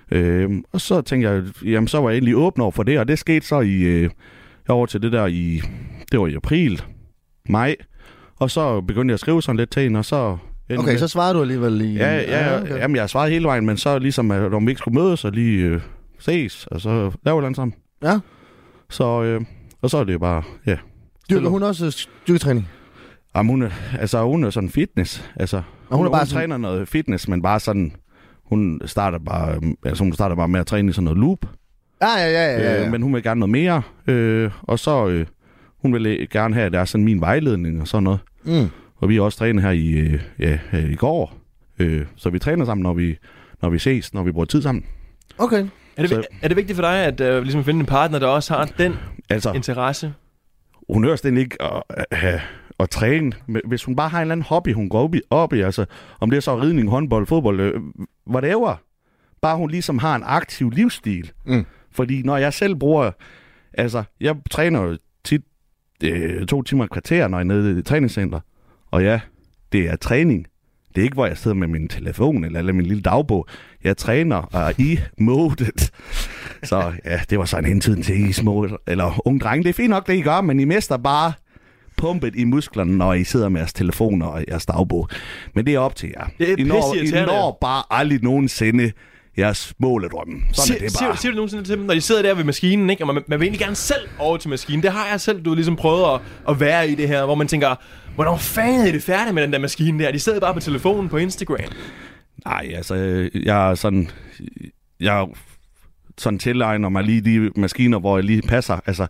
S5: Og så tænkte jeg, jamen så var jeg endelig åben over for det, og det skete så over til det der det var i april, maj, og så begyndte jeg at skrive sådan lidt til hende, og så...
S3: Okay, så svarede du alligevel lige...
S5: Ja, okay. Jamen jeg svarede hele vejen, men så ligesom, at om vi ikke skulle mødes og lige ses, og så lave noget sammen.
S3: Ja.
S5: Så, og så er det bare, ja.
S3: Dyrker hun også styrketræning?
S5: Jamen hun er sådan fitness, altså.
S3: Og hun er bare
S5: træner noget fitness, men bare sådan, hun starter bare med at træne i sådan noget loop.
S3: Ja.
S5: Men hun vil gerne noget mere, og så hun vil gerne have, at der er sådan min vejledning og sådan noget.
S3: Mm.
S5: Og vi har også trænet her i går, så vi træner sammen, når vi ses, når vi bruger tid sammen.
S3: Okay.
S4: Er det vigtigt for dig, at ligesom finde en partner, der også har den interesse?
S5: Hun hører stændig ikke at træne. Hvis hun bare har en eller anden hobby, hun går op i, altså om det er så ridning, håndbold, fodbold, whatever. Bare hun ligesom har en aktiv livsstil.
S3: Mm.
S5: Fordi når jeg selv bruger... Altså, jeg træner jo tit 2 timer et kvarter, når jeg er nede i træningscenter. Og ja, det er træning. Det er ikke, hvor jeg sidder med min telefon eller min lille dagbog. Jeg træner og er i modet. Så ja, det var så en hentiden til is-mode. Eller unge drenge, det er fint nok, det I gør, men I mister bare pumpet i musklerne, når I sidder med jeres telefoner og jeres dagbog. Men det er op til jer. I når bare aldrig nogensinde jeres måledrømme. Sådan er det bare.
S4: Siger du nogensinde til dem, når de sidder der ved maskinen, ikke? Og man vil egentlig gerne selv over til maskinen. Det har jeg selv, du ligesom prøvet at være i det her, hvor man tænker, hvornår fanden er det færdigt med den der maskine der? De sidder bare på telefonen på Instagram.
S5: Nej, altså, jeg er sådan tilegner mig lige de maskiner, hvor jeg lige passer. Altså,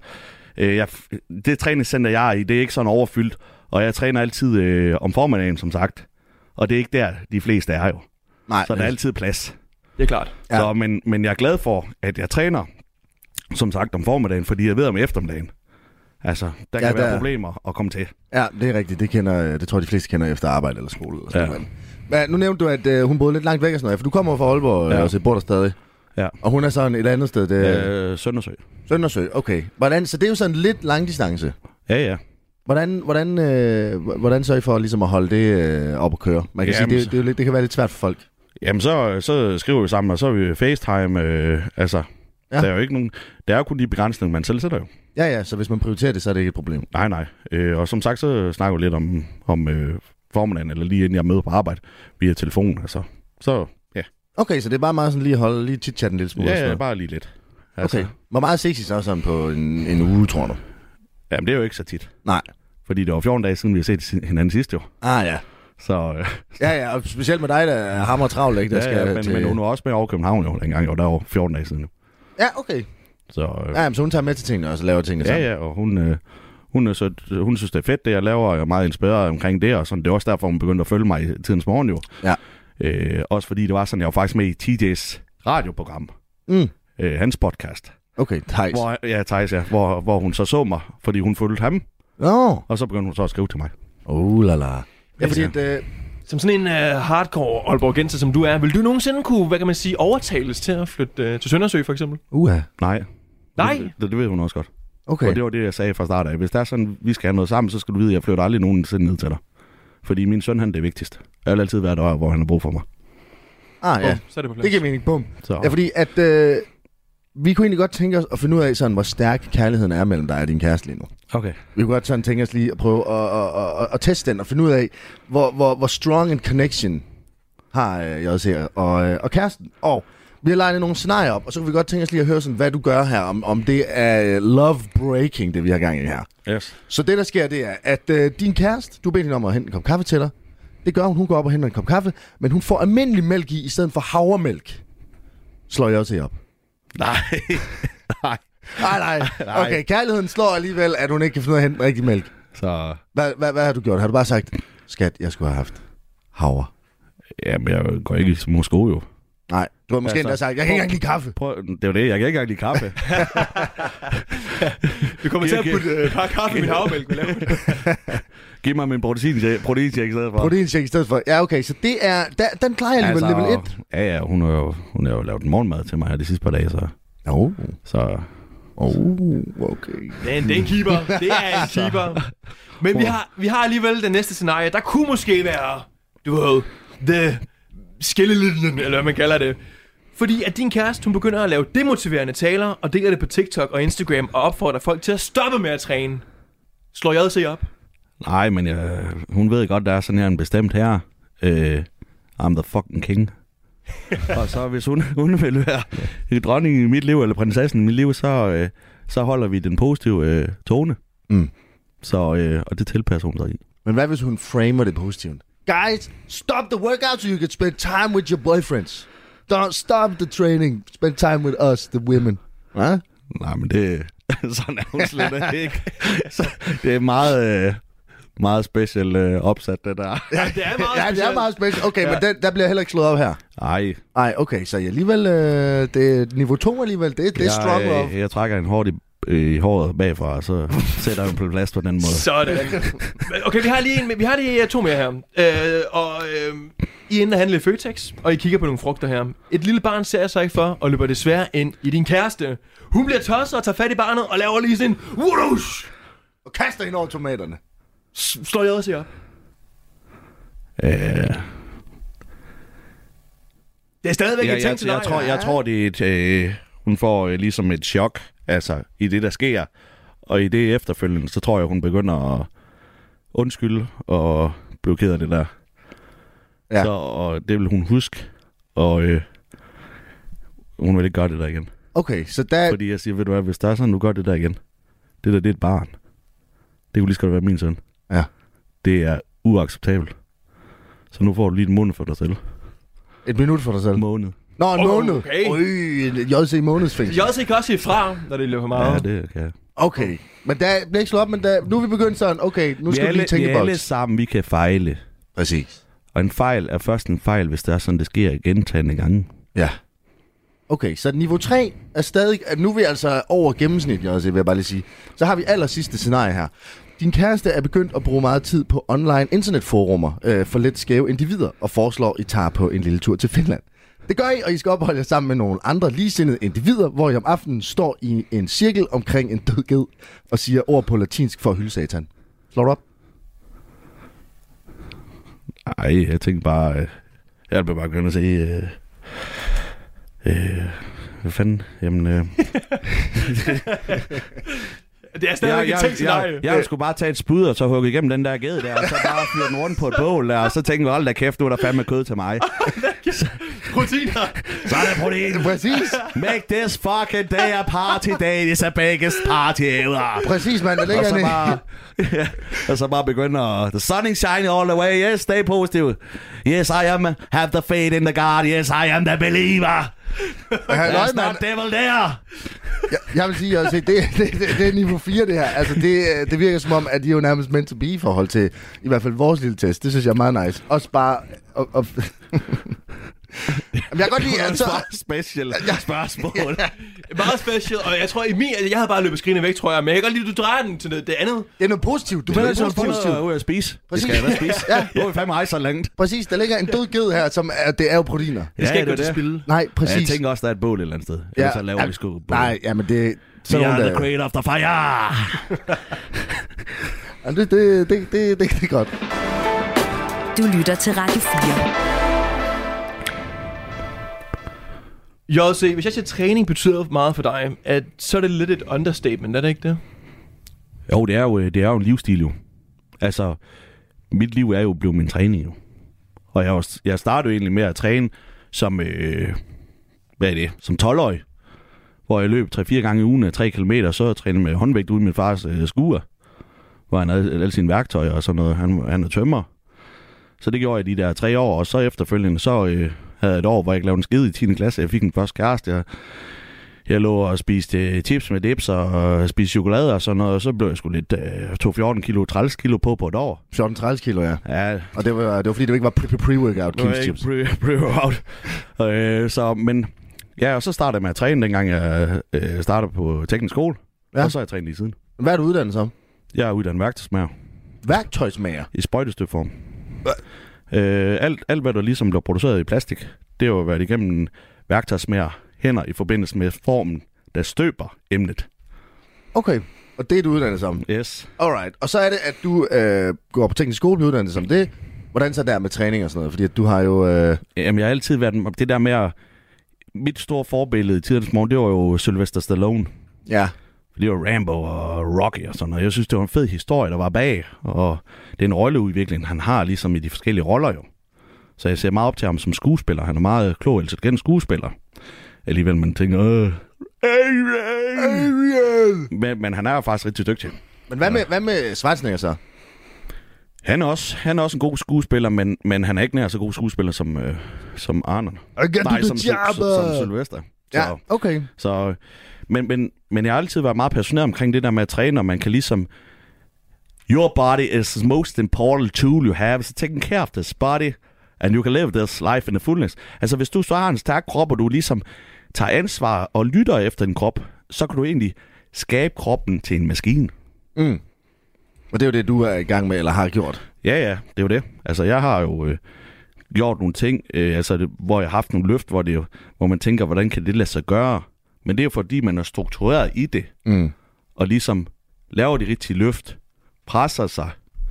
S5: det træningscenter, jeg er i, det er ikke sådan overfyldt, og jeg træner altid om formiddagen, som sagt. Og det er ikke der, de fleste er jo.
S3: Nej,
S5: så der er altid plads.
S4: Det er klart.
S5: Ja. Så, men jeg er glad for, at jeg træner, som sagt, om formiddagen, fordi jeg ved om eftermiddagen. Altså, der kan være problemer at komme til.
S3: Ja, det er rigtigt. Det tror jeg, de fleste kender efter arbejde eller skole. Eller sådan noget. Men nu nævnte du, at hun boede lidt langt væk og sådan noget, for du kommer fra Aalborg, og så bor der stadig. Ja. Og hun er sådan et andet sted.
S5: Søndersø.
S3: Søndersø, okay. Så det er jo sådan lidt langdistance.
S5: Ja.
S3: Hvordan sørger I for ligesom at holde det op at køre? Man kan sige, det kan være lidt svært for folk.
S5: Jamen, så skriver vi sammen, og så er vi FaceTime. Altså, der er jo ikke nogen... Det er jo kun de begrænsninger, man selv sætter jo.
S3: Ja, så hvis man prioriterer det, så er det ikke et problem.
S5: Nej. Og som sagt, så snakker vi lidt om formiddagen, eller lige inden jeg møder på arbejde, via telefonen, altså. Så, ja.
S3: Okay, så det er bare meget sådan lige at holde lige chit-chat en lille smule?
S5: Ja, bare lige lidt. Altså.
S3: Okay. Hvor meget ses I så sådan på en uge, tror du?
S5: Jamen, det er jo ikke så tit.
S3: Nej.
S5: Fordi det var 14 dage siden, vi har set hinanden sidst jo.
S3: Ja.
S5: Så,
S3: ja, og specielt med dig, der er hammer travlt, ikke?
S5: Men hun var også med over København jo dengang, og der var 14 dage siden.
S3: Ja, okay.
S5: Så
S3: hun tager med til tingene og så laver tingene sammen.
S5: Ja, og hun synes, det er fedt, det jeg laver, og jeg er meget inspireret omkring det, og sådan. Det er også derfor, hun begyndte at følge mig i tidens morgen jo.
S3: Ja.
S5: Også fordi det var sådan, jeg var faktisk med i TJ's radioprogram. Hans podcast.
S3: Okay, Thijs.
S5: Thijs, hvor hun så mig, fordi hun følte ham. Og så begyndte hun så at skrive til mig.
S3: La. Ja, fordi
S4: som sådan en hardcore aalborgenser, som du er, vil du nogensinde kunne, hvad kan man sige, overtales til at flytte til Søndersø, for eksempel?
S5: Nej. Det ved hun også godt.
S3: Okay.
S5: Og det var det, jeg sagde fra start af. Hvis der er sådan, vi skal have noget sammen, så skal du vide, at jeg flytter aldrig nogensinde ned til dig. Fordi min søn, han er det vigtigste. Jeg vil altid være der, hvor han har brug for mig.
S3: Ja.
S4: Så er det på plads.
S3: Det giver mening. Bum.
S5: Så.
S3: Ja, fordi at vi kunne egentlig godt tænke os at finde ud af, sådan, hvor stærk kærligheden er mellem dig og din kæreste lige nu.
S5: Okay.
S3: Vi kunne godt sådan tænke os lige at prøve at teste den og finde ud af, hvor strong en connection har JC og kæresten. Og vi har legnet nogle scenarier op, og så kunne vi godt tænke os lige at høre, sådan, hvad du gør her, om det er love breaking, det vi har gang i her.
S5: Yes.
S3: Så det, der sker, det er, at din kæreste, du beder hende om at hente en kop kaffe til dig. Det gør hun går op og henter en kop kaffe, men hun får almindelig mælk i stedet for havremælk. Slår jeg også op?
S5: Nej.
S3: Okay, kærligheden slår alligevel, at hun ikke kan finde ud af at hente rigtig mælk.
S5: Så...
S3: Hvad har du gjort? Har du bare sagt, skat, jeg skulle have haft havre?
S5: Jamen, jeg går ikke i små sko jo.
S3: Nej, du har måske endda sagt, jeg kan ikke engang lide kaffe.
S5: Det er jo det, jeg kan ikke engang lide kaffe.
S4: Du kommer til at putte et par kaffe i min havremælk.
S5: Giv mig min proteinshake i stedet for.
S3: Proteinshake i stedet for. Ja, okay, så det er... Den klarer jeg alligevel level 1.
S5: Ja, hun har jo lavet en morgenmad til mig her de sidste par dage, så... Så...
S3: Okay.
S4: Det er en keeper. Det er en keeper. Men vi har alligevel den næste scenarie. Der kunne måske være, du ved, the skillelinjen, eller hvad man kalder det. Fordi at din kæreste, hun begynder at lave demotiverende taler, og deler det på TikTok og Instagram, og opfordrer folk til at stoppe med at træne. Slår JC op?
S5: Nej, men hun ved godt, der er sådan her en bestemt herre. I'm the fucking king. Og så hvis hun vil være dronningen i mit liv, eller prinsessen i mit liv, så holder vi den positive tone. Så, og det tilpasser hun sig i.
S3: Men hvad hvis hun framer det positivt? Guys, stop the workout so you can spend time with your boyfriends. Don't stop the training. Spend time with us, the women. Huh?
S5: Nej, men det sådan er hun slet ikke. Så, det er meget special opsat, det der.
S4: Ja, det er meget
S3: det er meget special. Okay, men der bliver heller ikke slået op her. Nej, okay, så alligevel, det er niveau 2 alligevel. Det er strong love.
S5: Jeg trækker en hårdt i håret bagfra, og så sætter jeg på plads på den måde.
S4: Sådan. Okay, vi har lige 2 mere her. I er inde og handle i Føtex, og I kigger på nogle frugter her. Et lille barn ser sig for, og løber desværre ind i din kæreste. Hun bliver tosset og tager fat i barnet, og laver lige sådan whoosh!
S3: Og kaster hende over tomaterne.
S4: Slår jeg også op? Det er stadigvæk et ting til dig.
S5: Jeg tror, det er hun får ligesom et chok, altså i det, der sker. Og i det efterfølgende, så tror jeg, hun begynder at undskylde og blive ked af det der. Ja. Så, og det vil hun huske, og hun vil ikke gøre det der igen.
S3: Okay, så der...
S5: Fordi jeg siger, ved du hvad, hvis der er sådan, du gør det der igen, det er et barn. Det kunne lige så godt være min søn.
S3: Ja.
S5: Det er uacceptabelt. Så nu får du lige en måned for dig selv.
S3: Et minut for dig selv?
S5: Måned.
S3: Nå, en måned?
S4: Okay.
S3: JC månedsfængsel.
S4: JC kan også sige fra, når det løber for meget.
S5: Ja, det kan jeg.
S3: Okay, men der bliver ikke slået op, men nu er vi begyndt sådan, okay, nu skal vi lige tænke
S5: vi alle sammen, vi kan fejle.
S3: Præcis.
S5: Og en fejl er først en fejl, hvis det er sådan, det sker gentagne gange.
S3: Ja. Okay, så niveau 3 er stadig... Nu er vi altså over gennemsnit, vil jeg bare lige sige. Så har vi aller sidste scenarie her. Din kæreste er begyndt at bruge meget tid på online internetforumer for lidt skæve individer, og foreslår, I tager på en lille tur til Finland. Det gør I, og I skal opholde jer sammen med nogle andre ligesindede individer, hvor I om aftenen står i en cirkel omkring en død ged og siger ord på latinsk for at hylde satan. Slår du op?
S5: Ej, jeg tænkte bare... jeg vil bare begynde at sige... hvad fanden? Jamen...
S4: Det er stadig ikke ting til dig.
S5: Jeg skulle bare tage et spyd og så hugge igennem den der ged der, og så bare fyre den rundt på et bål der, og så tænkte jeg, hold da kæft, nu er der fandme kød til mig.
S4: Proteiner.
S5: Så er der protein.
S3: Præcis.
S5: Make this fucking day a party day. It's the biggest party ever.
S3: Præcis, mand. Der ligger
S5: og så bare begynder the sun is shining all the way. Yes, stay positive. Yes, I am. Have the faith in the God. Yes, I am the believer. There's not devil there.
S3: Jeg vil sige, altså, det er niveau 4 det her. Altså, det virker som om, at de er jo nærmest meant to be i forhold til, i hvert fald vores lille test. Det synes jeg er meget nice. Også bare... Jeg kan godt lide, altså...
S5: Special spørgsmål.
S4: Meget special, og jeg tror, jeg havde bare løbet skrigende væk, tror jeg. Men jeg kan godt lide, at du drejer den til det andet.
S3: Det er noget positivt. Du vil noget positivt.
S5: Ud at spise.
S3: Præcis.
S5: Det skal jeg spise. Ja. Nu er vi fandme rejse så langt.
S3: Præcis, der ligger en død ged her, som det er jo proteiner.
S4: Det skal ikke gå til spil.
S3: Nej, præcis.
S5: Ja, jeg tænker også, der er et bål et eller andet sted.
S3: Ja.
S5: Så laver vi sgu bål.
S3: Nej, jamen det...
S5: We are the creator of the fire.
S3: Det er godt.
S2: Du lytter til Radio 4.
S4: JC, hvis jeg siger, træning betyder meget for dig, så er det lidt et understatement, er det ikke det?
S5: Jo, det er jo en livsstil jo. Altså, mit liv er jo blevet min træning jo. Og jeg startede jo egentlig med at træne som, som 12-årig. Hvor jeg løb 3-4 gange i ugen 3 kilometer, så trænede med håndvægt ude i min fars skure. Hvor han havde alle sine værktøjer og sådan noget. Han er tømrer. Så det gjorde jeg de der 3 år, og så efterfølgende, så havde jeg et år, hvor jeg ikke lavede en skid i 10. klasse. Jeg fik en første kæreste. Jeg lå og spiste chips med dips og spiste chokolade og sådan noget, og så blev jeg sgu lidt, tog 14 kilo, 30 kilo på et år.
S3: 14-30 kilo, ja.
S5: Ja.
S3: Og det var fordi, det ikke var pre-workout King's chips.
S5: Pre-workout. Men ja, og så startede jeg med at træne, dengang jeg startede på teknisk skole. Ja. Og så har jeg trænet lige siden.
S3: Hvad er du uddannet som?
S5: Jeg er uddannet værktøjsmager.
S3: Værktøjsmager?
S5: I sprøjtestøbform. Alt, hvad der ligesom blev produceret i plastik, det har jo været igennem værktøjsmager hænder i forbindelse med formen, der støber emnet.
S3: Okay, og det er du uddannet som?
S5: Yes.
S3: Alright, og så er det, at du går på teknisk skole, bliver uddannet som det. Hvordan så der med træning og sådan noget? Fordi at du har jo...
S5: Jamen, jeg har altid været det der med at... mit store forbillede i tidens morgen, det var jo Sylvester Stallone.
S3: Ja.
S5: Det var Rambo og Rocky og sådan noget. Jeg synes, det var en fed historie, der var bag. Og det er en rolleudvikling, han har ligesom i de forskellige roller jo. Så jeg ser meget op til ham som skuespiller. Han er meget klog og intelligent skuespiller. Alligevel man tænker, Adrian! Men han er jo faktisk rigtig dygtig.
S3: Men hvad med Schwarzenegger så?
S5: Han er også en god skuespiller, men han er ikke nær så god skuespiller som Arnold. Nej, som Sylvester.
S3: Ja, okay.
S5: Så, men jeg har altid været meget passioneret omkring det der med at træne, og man kan ligesom... Your body is the most important tool you have. So taking care of this body, and you can live this life in the fullness. Altså, hvis du så har en stærk krop, og du ligesom tager ansvar og lytter efter din krop, så kan du egentlig skabe kroppen til en maskine.
S3: Mm. Og det er jo det, du er i gang med, eller har gjort.
S5: Ja, det er jo det. Altså, jeg har jo gjort nogle ting, hvor jeg har haft nogle løft, hvor man tænker, hvordan kan det lade sig gøre? Men det er jo fordi, man er struktureret i det, og ligesom laver de rigtige løft, presser sig,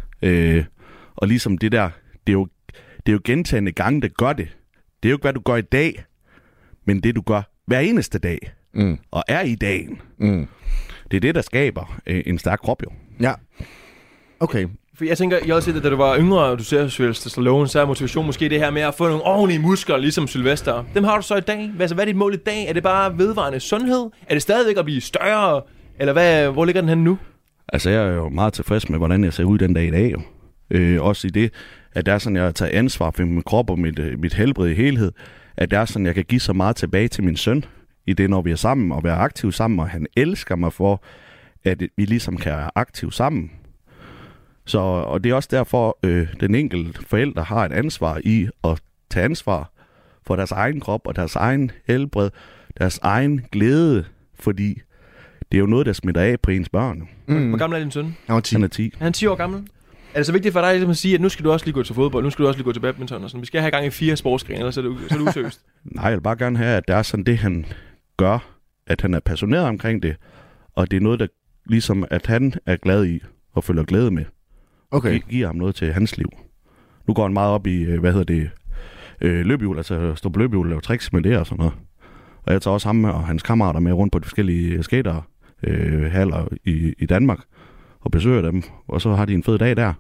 S5: og ligesom det der, det er jo gentagende gange, der gør det. Det er jo ikke, hvad du gør i dag, men det, du gør hver eneste dag, og er i dagen. Det er det, der skaber en stærk krop, jo.
S3: Ja. Okay.
S4: For jeg tænker, jeg også set, at da du var yngre, og du ser Sylvester Stallone, så er motivation måske det her med at få nogle ordentlige muskler, ligesom Sylvester. Dem har du så i dag. Hvad er dit mål i dag? Er det bare vedvarende sundhed? Er det stadigvæk at blive større? Eller hvor ligger den hen nu?
S5: Altså, jeg er jo meget tilfreds med, hvordan jeg ser ud den dag i dag, jo. Også i det, at det er sådan, jeg tager ansvar for min krop og mit helbred i helhed. At det er sådan, jeg kan give så meget tilbage til min søn, i det, når vi er sammen og være aktive sammen, og han elsker mig for, at vi ligesom kan være aktive sammen. Og det er også derfor, den enkelte forældre har et ansvar i at tage ansvar for deres egen krop og deres egen helbred, deres egen glæde, fordi det er jo noget, der smitter af på ens børn.
S4: Hvor gammel er din søn?
S5: Han er 10.
S4: Han er 10 år gammel. Er det så vigtigt for dig ligesom at sige, at nu skal du også lige gå til fodbold, nu skal du også lige gå til badminton og sådan? Vi skal have gang i 4 sportsgrene, ellers så er det useriøst. Nej,
S5: jeg vil bare gerne have, at det er sådan det, han gør, at han er passioneret omkring det, og det er noget, der ligesom, at han er glad i og føler glæde med.
S3: Okay.
S5: Giver ham noget til hans liv. Nu går han meget op i, løbehjul, altså stå på løbehjul og lave tricks med det og sådan noget. Og jeg tager også ham og hans kammerater med rundt på de forskellige skaterhaller i Danmark og besøger dem, og så har de en fed dag der.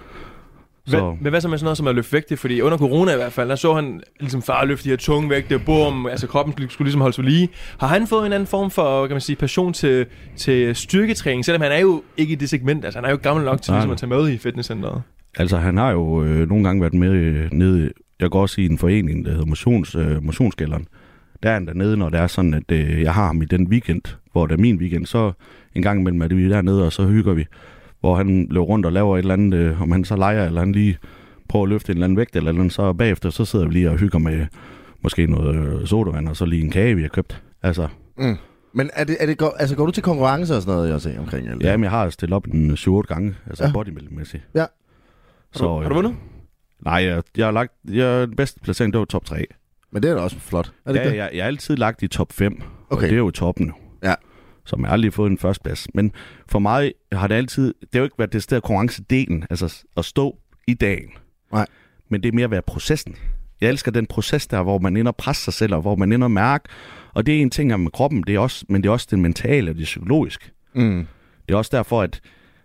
S4: Men hvad så med sådan noget som at løfte vægte? Fordi under corona i hvert fald, der så han ligesom far løfte de her tunge vægte, bum, altså kroppen skulle ligesom holde sig lige. Har han fået en anden form for, kan man sige, passion til styrketræning, selvom han er jo ikke i det segment, altså han er jo gammel nok til ligesom at tage med i fitnesscenteret? Altså han har jo nogle gange været med nede, jeg går også i en forening, der hedder Motionskælderen. Der er han dernede, når det er sådan, at jeg har ham i den weekend, hvor det er min weekend, så en gang imellem er det vi dernede, og så hygger vi. Hvor han løber rundt og laver et eller andet, om han så leger, eller han lige prøver at løfte en eller anden vægt, eller andet, så bagefter, så sidder vi lige og hygger med måske noget sodavand, og så lige en kage, vi har købt. Altså.
S3: Men går du til konkurrencer og sådan noget, jeg ser omkring? Eller?
S5: Ja, men jeg har stillet op en 7-8 gange, altså bodybuilding-mæssigt.
S3: Ja.
S4: Har du vundet?
S5: Nej, jeg den bedste placering, det var top 3.
S3: Men det er da også flot. Er det
S5: ja, jeg har altid lagt i top 5,
S3: okay.
S5: Og det er jo toppen nu.
S3: Ja.
S5: Som jeg aldrig fået en førsteplads. Men for mig har det altid, det har jo ikke været det sted konkurrencedelen, altså at stå i dagen.
S3: Nej.
S5: Men det er mere at være processen. Jeg elsker den proces der, hvor man ender og presser sig selv, og hvor man ender og mærke. Og det er en ting med kroppen, men det er også det mentale og det psykologiske. Det er også derfor, at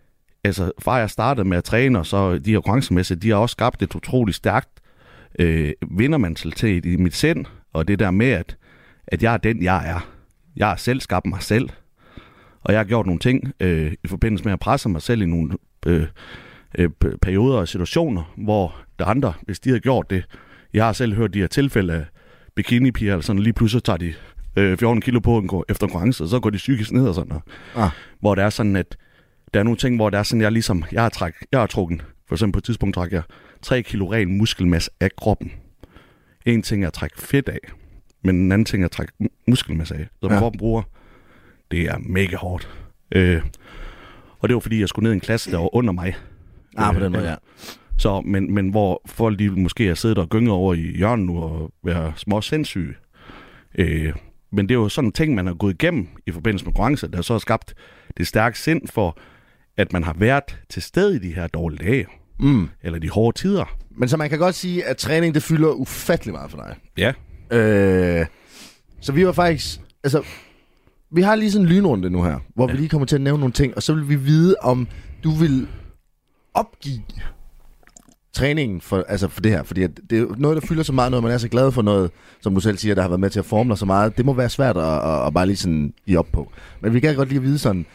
S5: fra jeg startede med at træne, og så de her konkurrencemæssigt, de har også skabt et utroligt stærkt vindermentalitet i mit sind, og det der med, at jeg er den, jeg er. Jeg har selv skabt mig selv, og jeg har gjort nogle ting i forbindelse med at presse mig selv i nogle perioder og situationer, hvor der andre, hvis de har gjort det, jeg har selv hørt de her tilfælde af bikinipiger, eller sådan, lige pludselig tager de 14 kilo på efter en konkurrence, og så går de psykisk ned og sådan noget. Hvor det er sådan, at der er nogle ting, hvor det er sådan, jeg har trukket, for eksempel på et tidspunkt trækker jeg 3 kilo ren muskelmasse af kroppen. En ting er at trække fedt af, men en anden ting er at trække muskelmasse af, som kroppen bruger. Det er mega hårdt. Og det var fordi, jeg skulle ned i en klasse, der var under mig.
S3: På den måde, ja.
S5: Så, men hvor folk de måske har siddet og gynget over i hjørnet nu og være små sindssyge. Men det er jo sådan en ting, man har gået igennem i forbindelse med konkurrence, der så har skabt det stærke sind for, at man har været til stede i de her dårlige dage. Eller de hårde tider. Men
S3: så man kan godt sige, at træning, det fylder ufattelig meget for dig.
S5: Ja.
S3: Så vi var faktisk... Altså, vi har lige sådan en lynrunde nu her, hvor vi lige kommer til at nævne nogle ting, og så vil vi vide, om du vil opgive træningen for det her. Fordi det er noget, der fylder så meget, når man er så glad for noget, som du selv siger, der har været med til at forme dig så meget. Det må være svært at bare lige sådan give op på. Men vi kan godt lige vide sådan...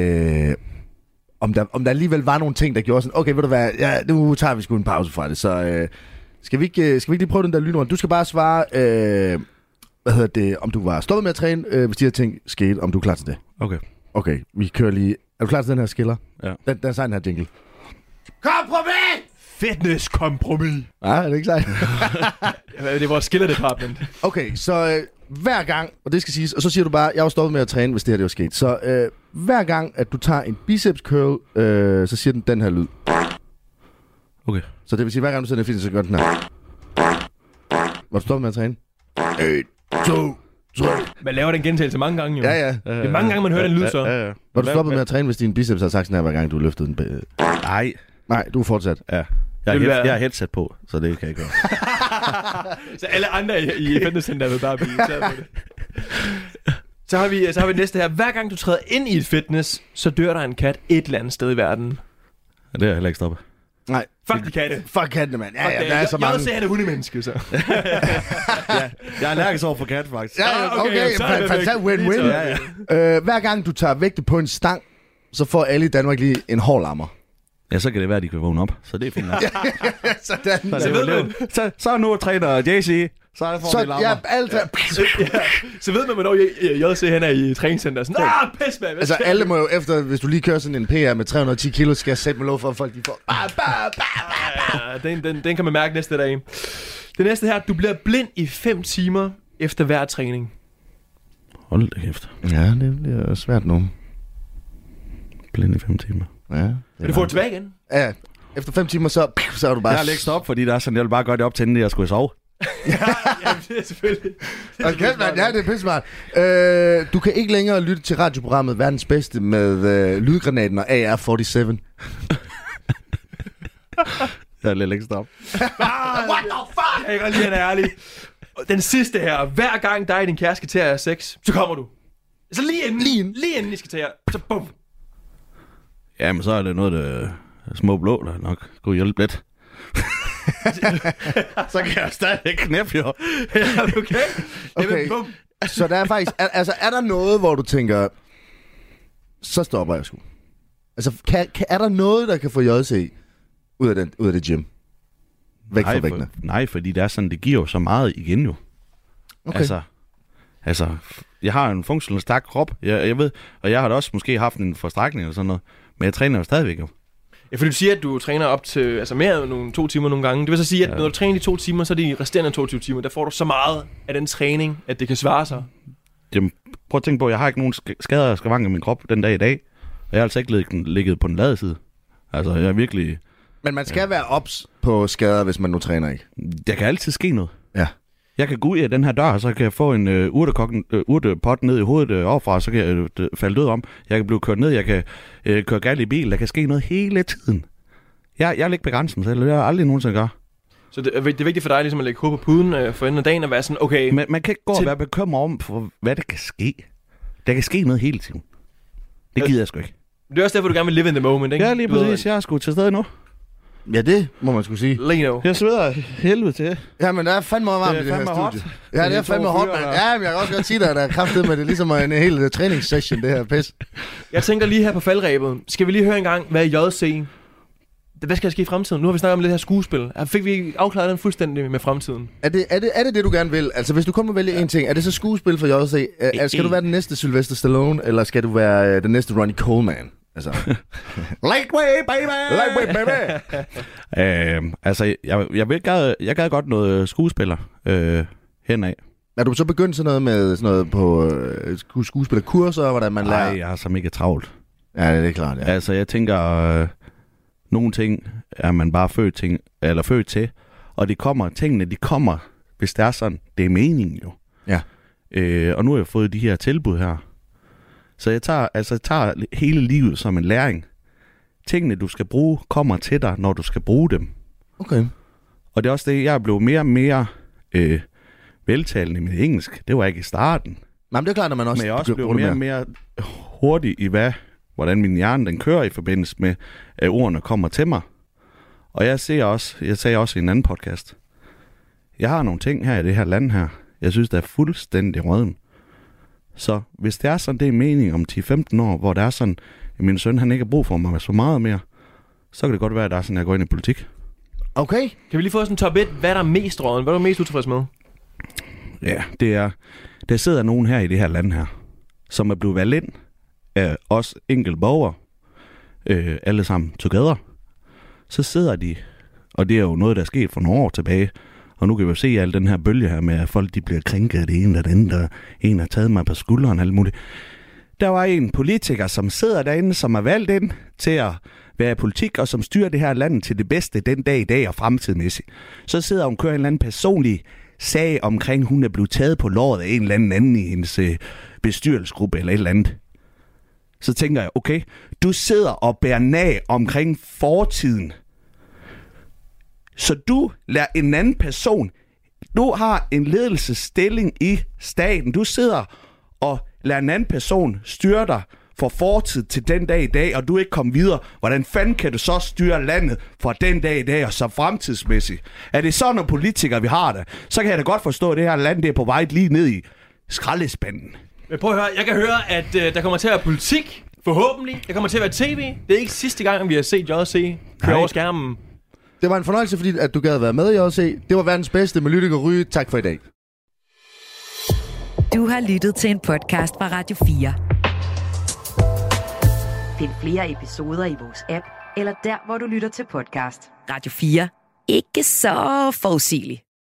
S3: Om der alligevel var nogle ting, der gjorde sådan, okay, ved du hvad, ja, nu tager vi sgu en pause fra det, så skal vi ikke lige prøve den der lynrunde? Du skal bare svare, om du var stoppet med at træne, hvis de her ting skete, om du er klar til det. Okay, vi kører lige. Er du klar til den her skiller?
S5: Ja.
S3: Den sejr, den her jingle. Kompromis!
S4: Fitness-kompromis.
S3: Ja, er det ikke sejt?
S4: Det er vores skiller-department.
S3: Okay, så hver gang, og det skal siges, og så siger du bare, jeg var stoppet med at træne, hvis det her det var sket. Så hver gang, at du tager en biceps curl, så siger den her lyd.
S5: Okay.
S3: Så det vil sige, hver gang du sætter en fitness, så gør den her. Var du stoppet med at træne? 1, 2, 3.
S4: Man laver den gentagelse mange gange, jo.
S3: Ja.
S4: Det er mange gange, man hører den lyd, så.
S5: Ja.
S3: Var du stoppet med at træne, hvis din biceps har sagt sådan her, hver gang du løftede den? Nej, du er fortsat.
S5: Ja. Jeg har headset på, så det kan jeg gøre.
S4: Så alle andre i fitnesscenter vil bare blive taget på det. Så har vi næste her. Hver gang du træder ind i et fitness, så dør der en kat et eller andet sted i verden.
S5: Ja, det har jeg heller ikke stoppet.
S3: Nej.
S4: Fuck de katte.
S3: Fuck kattene, mand. Ja, der er så mange.
S4: Jeg vil se, han er hundemenneske, så.
S5: Ja, jeg er allergisk over for kat, faktisk.
S3: Ja, okay. Fantastisk win-win.
S5: Ja.
S3: Hver gang du tager vægte på en stang, så får alle i Danmark lige en hård lammer.
S5: Ja, så kan det være, at de kan vågne op. Så det er fint nok.
S3: Sådan.
S5: Så nu træner JC. Så får vi lammer.
S3: Ja, alt
S4: så ved man, hvornår JC han er i træningscenter. Sådan, pis, mand.
S3: Altså, alle må jo efter, hvis du lige kører sådan en PR med 310 kilo, skal jeg sætte med lov for, at folk de får...
S4: Den kan man mærke næste dag. Det næste her, du bliver blind i 5 timer efter hver træning.
S5: Hold da kæft.
S3: Ja, det bliver svært nu.
S5: Blind i 5 timer.
S3: Ja.
S4: Men du får det tilbage igen.
S3: Ja, efter 5 timer, så er du bare...
S5: Jeg har lægget op, fordi der er sådan, jeg vil bare gøre det op til, inden jeg skulle sove.
S4: Ja, det er selvfølgelig.
S3: Okay, ja, det er pissmart. Du kan ikke længere lytte til radioprogrammet Verdens Bedste med Lydgranaten og AR-47.
S5: Jeg har lægget stop.
S4: What the fuck? Jeg kan godt lide, han er ærlig. Den sidste her. Hver gang dig og din kæreste skal til at have sex, så kommer du. Så lige inden I skal til at... Så bum.
S5: Jamen, så er det noget, der små blå, der nok kunne hjælpe lidt. Så kan jeg stadig knæppe, jo.
S4: Ja, okay.
S3: Okay. Så der er faktisk... er der noget, hvor du tænker... Så stopper jeg sgu. Altså, er der noget, der kan få JC ud af det gym? Væk fra vægtene?
S5: Nej, fordi det er sådan, det giver jo så meget igen jo.
S3: Okay.
S5: Altså, jeg har en funktionel stærk krop, jeg ved, og jeg har da også måske haft en forstrækning eller sådan noget, men jeg træner jo stadigvæk jo.
S4: Ja, for du siger, at du træner op til mere end nogle 2 timer nogle gange. Det vil så sige, at når du træner de 2 timer, så er de resterende 22 timer, der får du så meget af den træning, at det kan svare sig.
S5: Jamen, prøv at tænke på, jeg har ikke nogen skader og skavanker i min krop den dag i dag, og jeg har altså ikke ligget på den lade side. Altså, jeg er virkelig...
S3: Men man skal være ops på skader, hvis man nu træner, ikke?
S5: Der kan altid ske noget.
S3: Ja.
S5: Jeg kan gå ud af den her dør, så kan jeg få en urtepot ned i hovedet overfra, så kan jeg falde død om. Jeg kan blive kørt ned, jeg kan køre galt i bil. Der kan ske noget hele tiden. Jeg vil ikke begrænse mig selv, det har jeg aldrig nogensinde gøre.
S4: Så det er vigtigt for dig ligesom at lægge hovedet på puden for enden af dagen og være sådan, okay...
S5: Men man kan ikke gå og være bekymret om, for hvad der kan ske. Der kan ske noget hele tiden. Det gider jeg sgu ikke.
S4: Det er også derfor, du gerne vil live in the moment, ikke?
S5: Ja, lige præcis. Jeg er sgu til stede nu.
S3: Ja, det må man skulle sige.
S4: Leno.
S5: Jeg sveder helvede til.
S3: Ja, men der er fandme varmt i det her studie. Ja, det er fandme hårdt, mand. Ja, men jeg kan også godt sige dig, at der er kraftigt med det. Ligesom en hel træningssession, det her pis.
S4: Jeg tænker lige her på faldrebet. Skal vi lige høre en gang, hvad JC... Hvad skal der ske i fremtiden? Nu har vi snakket om det her skuespil. Fik vi afklaret den fuldstændig med fremtiden?
S3: Er det du gerne vil? Altså, hvis du kun må vælge en ting, er det så skuespil for JC? Skal du være den næste Sylvester Stallone, eller skal du være den næste Ronnie Coleman? Altså.
S5: Lightweight, baby! Altså, jeg gad godt noget skuespiller henad.
S3: Er du så begyndt sådan noget på skuespillerkurser, hvordan man lærer?
S5: Nej, jeg er så mega travlt.
S3: Ja, det er klart, ja.
S5: Altså, jeg tænker, nogle ting er man bare født til, og tingene kommer, hvis det er sådan. Det er meningen jo.
S3: Ja.
S5: Og nu har jeg fået de her tilbud her. Så jeg tager hele livet som en læring. Tingene, du skal bruge, kommer til dig, når du skal bruge dem.
S3: Okay.
S5: Og det er også det, jeg er blevet mere og mere veltalende i mit engelsk. Det var ikke i starten.
S3: Men det er klart, når man også...
S5: Men jeg også blev mere og mere hurtig i, hvordan min hjerne den kører i forbindelse med, at ordene kommer til mig. Og jeg sagde også i en anden podcast, jeg har nogle ting her i det her land her, jeg synes, der er fuldstændig rødden. Så hvis det er sådan, det er mening om 10-15 år, hvor der er sådan, at min søn han ikke har brug for mig så meget mere, så kan det godt være, at der er sådan, at jeg går ind i politik.
S3: Okay.
S4: Kan vi lige få sådan en top 1? Hvad er der mest råden? Hvad er du mest utilfreds med?
S5: Ja, det er... Der sidder nogen her i det her land her, som er blevet valgt ind af os enkelte borgere, alle sammen together. Så sidder de, og det er jo noget, der er sket for nogle år tilbage, og nu kan vi jo se al den her bølge her med, at folk de bliver krænket af det ene og det andet, og en har taget mig på skulderen og alt muligt. Der var en politiker, som sidder derinde, som er valgt ind til at være i politik, og som styrer det her land til det bedste den dag i dag og fremtidsmæssigt. Så sidder hun og kører en eller anden personlig sag omkring, hun er blevet taget på låret af en eller anden i hendes bestyrelsesgruppe eller et eller andet. Så tænker jeg, okay, du sidder og bærer nag omkring fortiden. Så du lader en anden person, du har en ledelsesstilling i staten, du sidder og lader en anden person styre dig for fortid til den dag i dag, og du ikke kom videre. Hvordan fanden kan du så styre landet fra den dag i dag og så fremtidsmæssigt? Er det sådan nogle politikere, vi har det? Så kan jeg da godt forstå, at det her land det er på vej lige ned i skraldespanden.
S4: Men prøv at høre, jeg kan høre, at der kommer til at være politik, forhåbentlig. Der kommer til at være tv. Det er ikke sidste gang, vi har set JC køre over skærmen.
S3: Det var en fornøjelse, fordi at du gad at være med i JC. Det var verdens bedste med Lydik og Ryge. Tak for i dag.
S2: Du har lyttet til en podcast fra Radio 4. Find flere episoder i vores app, eller der, hvor du lytter til podcast. Radio 4. Ikke så forudsigeligt.